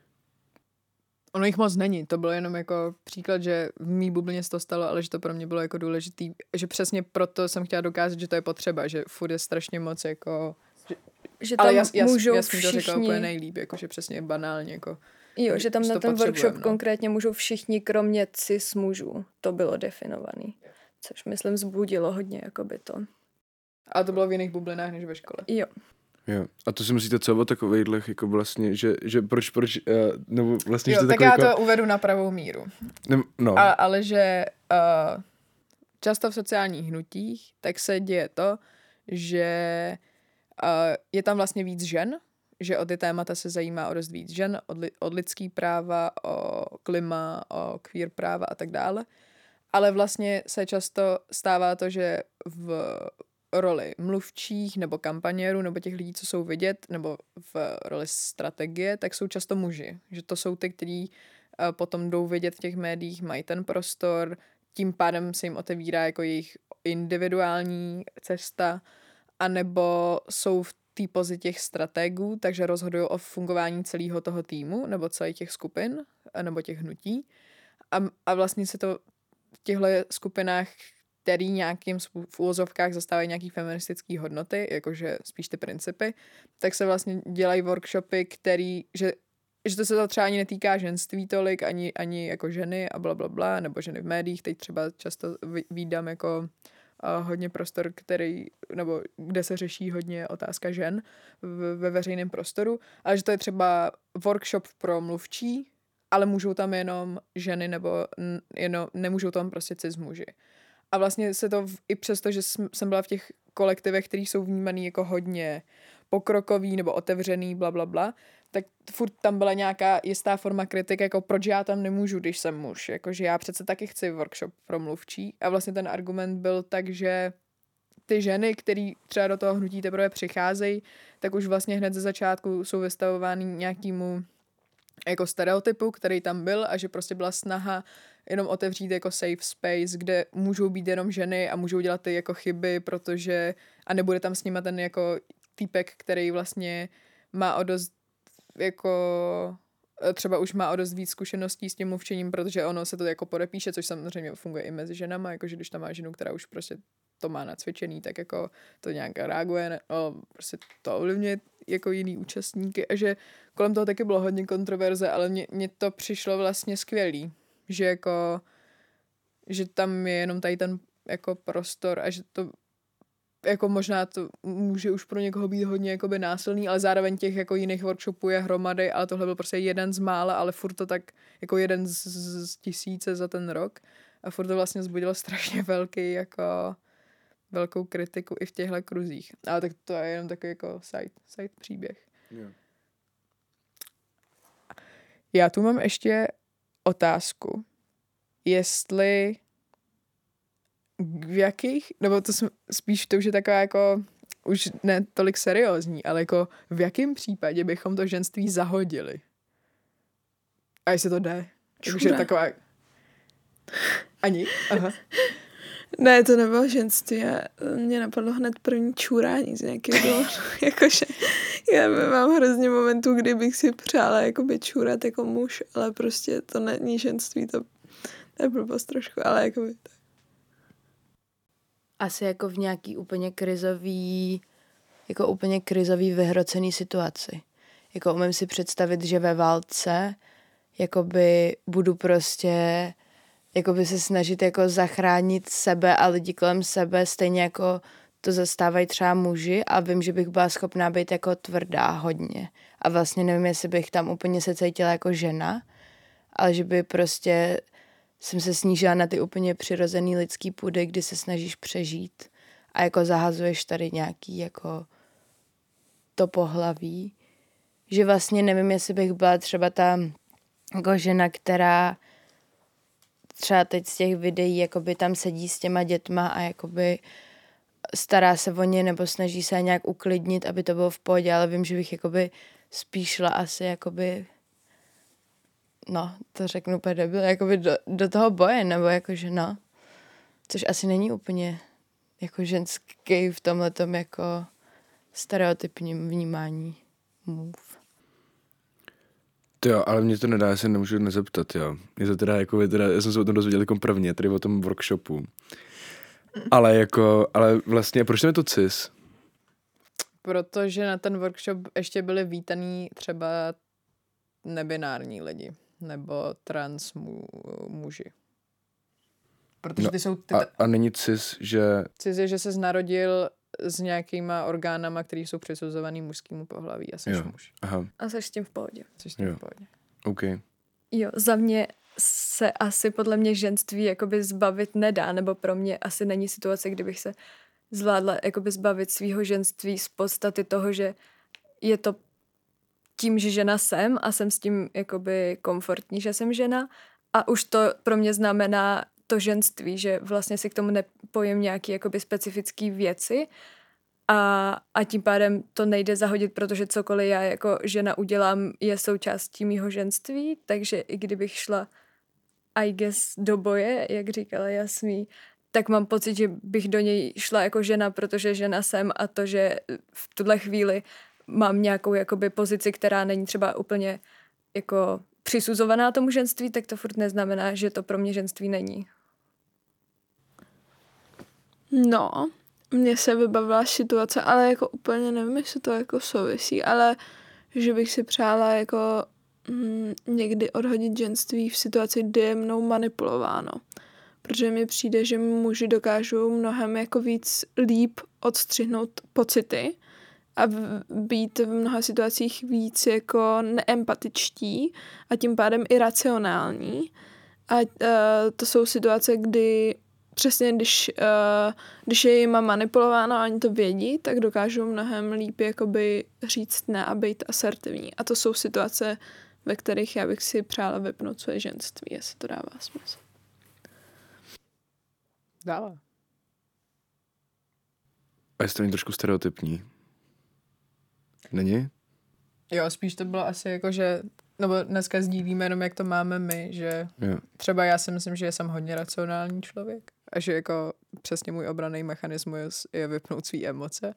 Ono jich moc není, to bylo jenom jako příklad, že v mý bublině se to stalo, ale že to pro mě bylo jako důležitý, že přesně proto jsem chtěla dokázat, že to je potřeba, že furt je strašně moc jako... Že tam ale můžou jasný všichni... to řekla úplně nejlíp, jakože přesně banálně jako... Jo, že tam na ten workshop no. konkrétně můžou všichni, kromě cis mužů. To bylo definovaný. Což myslím vzbudilo hodně jakoby to. A to bylo v jiných bublinách než ve škole. Jo. Jo. A to si myslíte co o takovejhlech jako vlastně, že proč nebo vlastně, jo, že to tak já jako... to uvedu na pravou míru. No. Ale že často v sociálních hnutích tak se děje to, že je tam vlastně víc žen, že o ty témata se zajímá o dost víc žen, od lidský práva, o klima, o queer práva a tak dále. Ale vlastně se často stává to, že v roli mluvčích nebo kampaněrů nebo těch lidí, co jsou vidět, nebo v roli strategie, tak jsou často muži. Že to jsou ty, kteří potom jdou vidět v těch médiích, mají ten prostor, tím pádem se jim otevírá jako jejich individuální cesta, anebo jsou v té pozici těch strategů, takže rozhodují o fungování celého toho týmu nebo celých těch skupin nebo těch hnutí. A vlastně se to v těchto skupinách, který nějakým v úvozovkách zastávají nějaký feministický hodnoty, jakože spíš ty principy, tak se vlastně dělají workshopy, že to se to třeba ani netýká ženství tolik, ani jako ženy a blablabla, nebo ženy v médiích. Teď třeba často vídám jako hodně prostor, nebo kde se řeší hodně otázka žen ve veřejném prostoru, ale že to je třeba workshop pro mluvčí, ale můžou tam jenom ženy, nebo nemůžou tam prostě cis muži. A vlastně se to i přesto, že jsem byla v těch kolektivech, který jsou vnímaný jako hodně pokrokový nebo otevřený, blablabla, tak furt tam byla nějaká jistá forma kritiky, jako proč já tam nemůžu, když jsem muž. Jakože já přece taky chci workshop pro mluvčí. A vlastně ten argument byl tak, že ty ženy, který třeba do toho hnutí teprve přicházejí, tak už vlastně hned ze začátku jsou vystavovány nějakému jako stereotypu, který tam byl, a že prostě byla snaha jenom otevřít jako safe space, kde můžou být jenom ženy a můžou dělat ty jako chyby, protože a nebude tam s nima ten jako týpek, který vlastně má o dost jako třeba už má o dost víc zkušeností s tím mluvčením, protože ono se to jako podepíše, což samozřejmě funguje i mezi ženama, jakože když tam má ženu, která už prostě to má nacvičený, tak jako to nějak reaguje, prostě to ovlivňuje jako jiný účastníky, a že kolem toho taky bylo hodně kontroverze, ale mně to přišlo vlastně skvělý, že jako že tam je jenom tady ten jako prostor a že to jako možná to může už pro někoho být hodně jakoby násilný, ale zároveň těch jako jiných workshopů je hromady, ale tohle byl prostě jeden z mála, ale furt to tak jako jeden z tisíce za ten rok a furt to vlastně vzbudilo strašně velkou kritiku i v těchto kruzích. Ale tak to je jenom takový jako side příběh. Yeah. Já tu mám ještě otázku, jestli v jakých, nebo to spíš to už je taková jako už ne tolik seriózní, ale jako v jakém případě bychom to ženství zahodili? A jestli to jde? Takže taková... Ani? Aha. Ne, to nebylo ženství. Mě napadlo hned první čůrání z nějakého důvodu. Jakože já mám hrozně momentů, kdy bych si přála jakoby čůrat jako muž, ale prostě to není ženství, to je blbost trošku, ale jakoby to. Asi jako v nějaký úplně krizový vyhrocený situaci. Jako umím si představit, že ve válce jakoby budu prostě jakoby se snažit jako zachránit sebe a lidi kolem sebe, stejně jako to zastávají třeba muži, a vím, že bych byla schopná být jako tvrdá hodně. A vlastně nevím, jestli bych tam úplně se cítila jako žena, ale že by prostě jsem se snížila na ty úplně přirozený lidský půdy, kdy se snažíš přežít a jako zahazuješ tady nějaký jako to pohlaví. Že vlastně nevím, jestli bych byla třeba ta jako žena, která třeba teď z těch videí jakoby tam sedí s těma dětma a jakoby stará se o ně nebo snaží se nějak uklidnit, aby to bylo v pohodě, ale vím, že bych jakoby spíš šla asi jakoby to řeknu úplně debil, jakoby do toho boje, nebo jakože což asi není úplně jako ženský v tomhletom jako stereotypním vnímání move. Jo, ale mě to nedá, já se nemůžu nezeptat, jo. Je to teda, já jsem se o tom dozvěděl jako prvně, tady o tom workshopu. Ale vlastně, proč je to cis? Protože na ten workshop ještě byli vítaný třeba nebinární lidi, nebo trans muži. Protože ty jsou... A není cis, že... Cis je, že ses narodil s nějakýma orgánama, které jsou přisuzovaný mužskému pohlaví a seš muž. Aha. A seš s tím v pohodě. Seš s tím v pohodě. OK. Jo, za mě se asi podle mě ženství jakoby zbavit nedá, nebo pro mě asi není situace, kdybych se zvládla jakoby zbavit svýho ženství z podstaty toho, že je to tím, že žena jsem a jsem s tím jakoby komfortní, že jsem žena, a už to pro mě znamená to ženství, že vlastně si k tomu nepojím nějaký jakoby specifický věci a tím pádem to nejde zahodit, protože cokoliv já jako žena udělám, je součástí mýho ženství, takže i kdybych šla I guess do boje, jak říkala Jasmí, tak mám pocit, že bych do něj šla jako žena, protože žena jsem, a to, že v tuhle chvíli mám nějakou jakoby pozici, která není třeba úplně jako přisuzovaná tomu ženství, tak to furt neznamená, že to pro mě ženství není. No, mně se vybavila situace, ale jako úplně nevím, jestli to jako souvisí, ale že bych si přála jako někdy odhodit ženství v situaci, kdy je mnou manipulováno. Protože mi přijde, že muži dokážou mnohem jako víc líp odstřihnout pocity a být v mnoha situacích víc jako neempatičtí a tím pádem iracionální. A to jsou situace, kdy přesně když je jima manipulováno a oni to vědí, tak dokážou mnohem líp jakoby říct ne a být asertivní. A to jsou situace, ve kterých já bych si přála vypnout své ženství, jestli to dává smysl. Dává. A jestli to není trošku stereotypní? Není? Jo, spíš to bylo asi jako, že nebo dneska sdílíme jenom, jak to máme my, že třeba já si myslím, že jsem hodně racionální člověk a že jako přesně můj obranný mechanismus je vypnout svý emoce.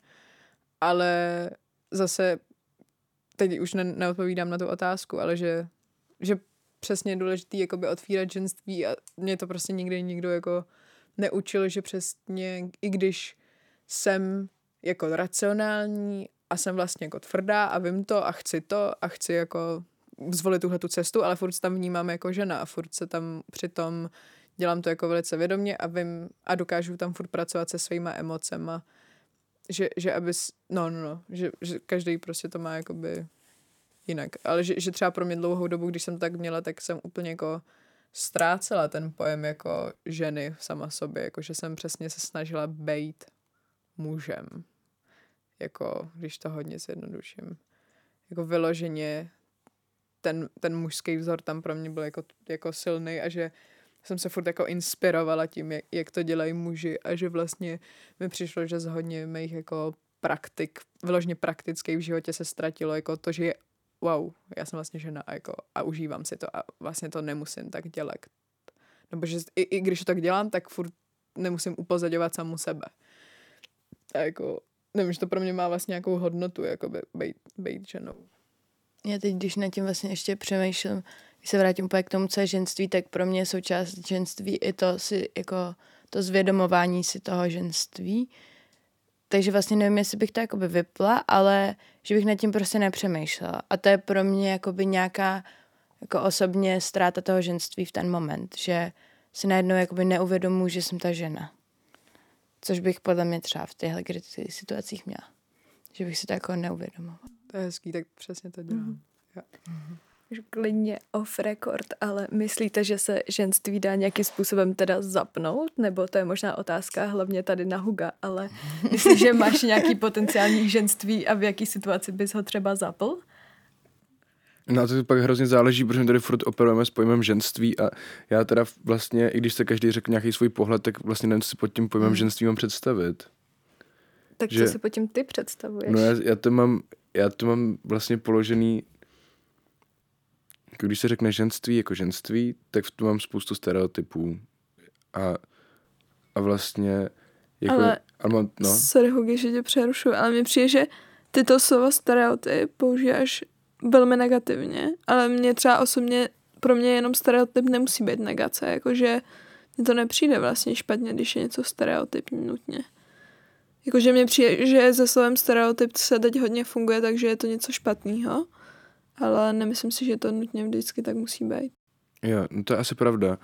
Ale zase teď už neodpovídám na tu otázku, ale že přesně je důležitý jakoby otvírat ženství a mě to prostě nikdy nikdo jako neučil, že přesně i když jsem jako racionální a jsem vlastně jako tvrdá a vím to a chci jako zvolit tuhletu cestu, ale furt se tam vnímám jako žena a furt se tam přitom dělám to jako velice vědomě a vím a dokážu tam furt pracovat se svýma emocema, že abys, že každý prostě to má jakoby jinak, ale že třeba pro mě dlouhou dobu, když jsem tak měla, tak jsem úplně jako ztrácela ten pojem jako ženy sama sobě, jako že jsem přesně se snažila bejt mužem, jako když to hodně zjednoduším, jako vyloženě ten mužský vzor tam pro mě byl jako silný a že jsem se furt jako inspirovala tím, jak to dělají muži a že vlastně mi přišlo, že z hodně mých jako vyloženě praktických v životě se ztratilo jako to, že je wow, já jsem vlastně žena a užívám si to a vlastně to nemusím tak dělat. Nebo že i když to tak dělám, tak furt nemusím upozaďovat samu sebe. A jako, nevím, že to pro mě má vlastně nějakou hodnotu, jako být ženou. Já teď, když nad tím vlastně ještě přemýšlím, když se vrátím úplně k tomu, co je ženství, tak pro mě je součást ženství i to si, jako to zvědomování si toho ženství. Takže vlastně nevím, jestli bych to jakoby vypla, ale že bych nad tím prostě nepřemýšlela. A to je pro mě jakoby nějaká jako osobně ztráta toho ženství v ten moment, že si najednou jakoby neuvědomuji, že jsem ta žena. Což bych podle mě třeba v těchto kritických situacích měla. Že bych si to jako neuvědomovala. To je hezký, tak přesně to dělám. Klidně off record, ale myslíte, že se ženství dá nějakým způsobem teda zapnout? Nebo to je možná otázka hlavně tady na Huga, ale myslíš, že máš nějaký potenciální ženství a v jaký situaci bys ho třeba zapl? No to pak hrozně záleží, protože my tady furt operujeme s pojmem ženství a já teda vlastně, i když se každý řekl nějaký svůj pohled, tak vlastně nevím, co si pod tím pojmem ženství mám představit. Tak co si pod tím ty představuješ? No já to mám vlastně položený, když se řekne ženství jako ženství, tak v tom mám spoustu stereotypů a vlastně jako... Sorry, Hugi, že tě přerušuju, ale mi přijde, že tyto slovo stereotyp používáš velmi negativně, ale mě třeba osobně, pro mě jenom stereotyp nemusí být negace, jakože mně to nepřijde vlastně špatně, když je něco stereotypní nutně. Jakože mně přijde, že se slovem stereotyp se teď hodně funguje, takže je to něco špatného, ale nemyslím si, že to nutně vždycky tak musí být. Jo, no to je asi pravda.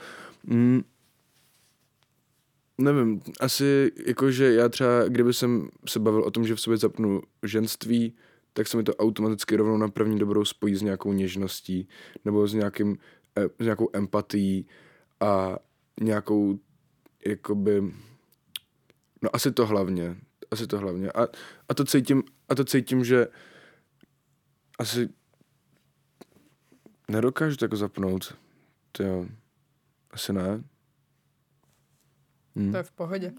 Nevím, asi jakože já třeba, kdyby jsem se bavil o tom, že v sobě zapnu ženství, tak se mi to automaticky rovnou na první dobrou spojí s nějakou něžností nebo s nějakou empatií a nějakou jakoby, no asi to hlavně. A to cítím, že asi nedokážu to jako zapnout. Jo, asi ne. To je v pohodě.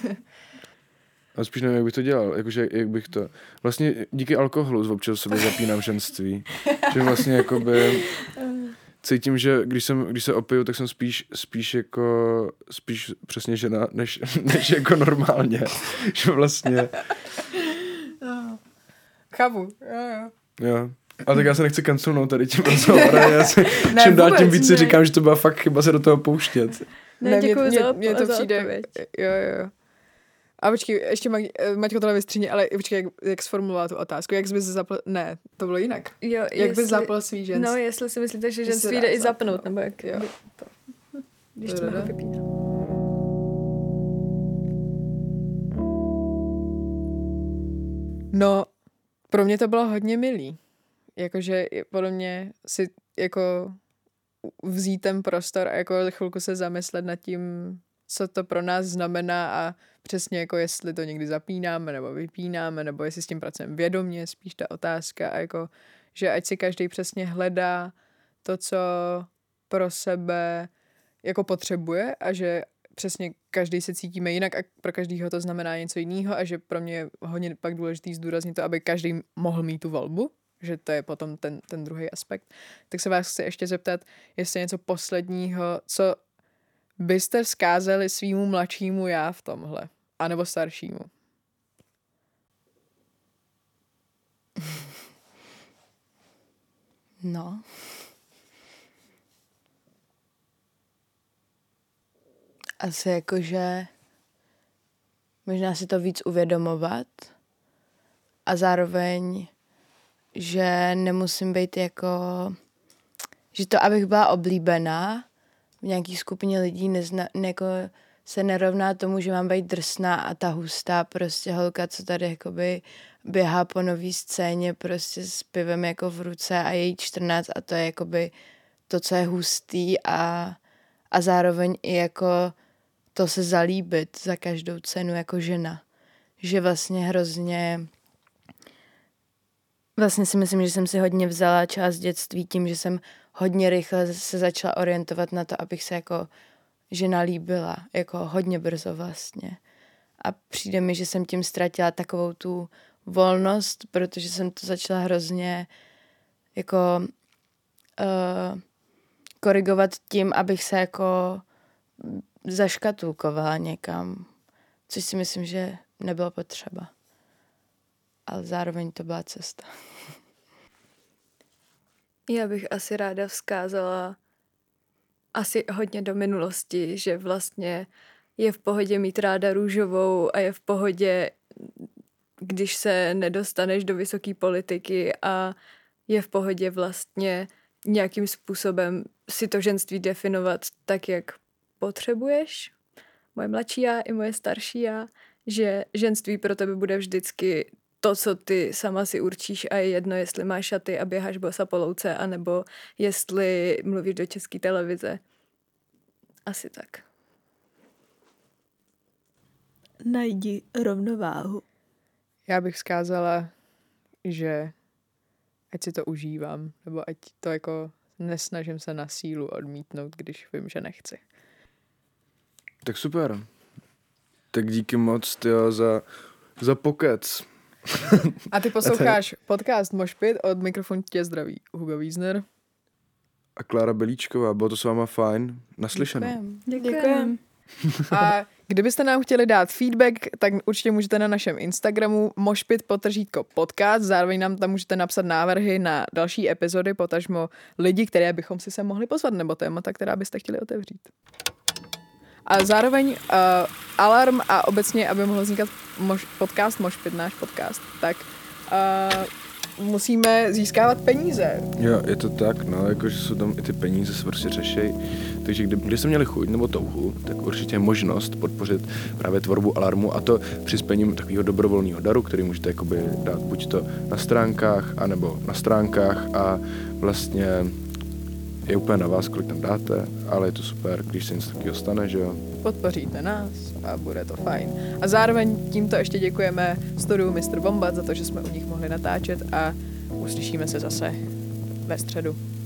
A spíš nevím, jak bych to dělal, jakože jak bych to... Vlastně díky alkoholu občas sobě zapínám ženství. Že vlastně jakoby... Cítím, že když se opiju, tak jsem spíš přesně žena, než jako normálně. Že vlastně... Chápu, jo. Jo. A tak já se nechci cancelnout tady tím rozhovorem. Já si čím dál tím víc si říkám, že to byla fakt chyba se do toho pouštět. Ne, děkuji mně to za přijde, odpověď. Jo. A počkej, ještě Maťko tohle vystříhni, ale počkej, jak sformulovala tu otázku, jak bys zapl... Ne, to bylo jinak. Jo, Jak bys zapl svý ženství? No, jestli si myslíte, že Že ženství se jde dá i zapnout, nebo jak? Jo. Když to ho vypínám. No, pro mě to bylo hodně milý. Jakože podle mě si jako vzít ten prostor a jako chvilku se zamyslet nad tím, co to pro nás znamená a přesně jako jestli to někdy zapínáme nebo vypínáme, nebo jestli s tím pracujeme vědomě, spíš ta otázka a jako, že ať si každý přesně hledá to, co pro sebe jako potřebuje a že přesně každý se cítíme jinak a pro každýho to znamená něco jiného a že pro mě je hodně pak důležitý zdůraznit to, aby každý mohl mít tu volbu, že to je potom ten druhý aspekt. Tak se vás chci ještě zeptat, jestli něco posledního, co byste vzkázali svýmu mladšímu já v tomhle, anebo staršímu. No. Asi jakože možná si to víc uvědomovat a zároveň, že nemusím být jako, že to, abych byla oblíbená v nějaký skupině lidí, jako se nerovná tomu, že mám být drsná a ta hustá prostě holka, co tady jakoby běhá po nový scéně prostě s pivem jako v ruce a je jí 14 a to je jakoby to, co je hustý a zároveň i jako to se zalíbit za každou cenu jako žena. Že vlastně hrozně vlastně si myslím, že jsem si hodně vzala část dětství tím, že jsem hodně rychle se začala orientovat na to, abych se jako žena líbila. Jako hodně brzo vlastně. A přijde mi, že jsem tím ztratila takovou tu volnost, protože jsem to začala hrozně jako korigovat tím, abych se jako zaškatulkovala někam. Což si myslím, že nebylo potřeba. Ale zároveň to byla cesta. Já bych asi ráda vzkázala asi hodně do minulosti, že vlastně je v pohodě mít ráda růžovou a je v pohodě, když se nedostaneš do vysoké politiky a je v pohodě vlastně nějakým způsobem si to ženství definovat tak, jak potřebuješ. Moje mladší já i moje starší já, že ženství pro tebe bude vždycky to, co ty sama si určíš a je jedno, jestli máš šaty a běháš bosa po louce, anebo jestli mluvíš do České televize. Asi tak. Najdi rovnováhu. Já bych vzkázala, že ať si to užívám, nebo ať to jako nesnažím se na sílu odmítnout, když vím, že nechci. Tak super. Tak díky moc tyjo, za pokec. A ty posloucháš podcast Mošpit, od mikrofonu tě zdraví Hugo Wiesner. A Klára Belíčková, bylo to s váma fajn. Naslyšenou. Děkujem. A kdybyste nám chtěli dát feedback, tak určitě můžete na našem Instagramu mošpit_podcast, zároveň nám tam můžete napsat návrhy na další epizody, potažmo lidi, které bychom si sem mohli pozvat, nebo témata, která byste chtěli otevřít. A zároveň alarm a obecně, aby mohl vznikat podcast Mošpit, náš podcast, tak musíme získávat peníze. Jo, je to tak, no, jakože jsou tam i ty peníze se prostě řešej. Takže když jste měli chuť nebo touhu, tak určitě je možnost podpořit právě tvorbu alarmu a to přispením takového dobrovolného daru, který můžete jakoby dát buď to na stránkách, anebo na stránkách a vlastně je úplně na vás, kolik tam dáte, ale je to super, když se něco takového stane, že jo. Podpoříte nás a bude to fajn. A zároveň tímto ještě děkujeme studiu Mr. Bombat za to, že jsme u nich mohli natáčet a uslyšíme se zase ve středu.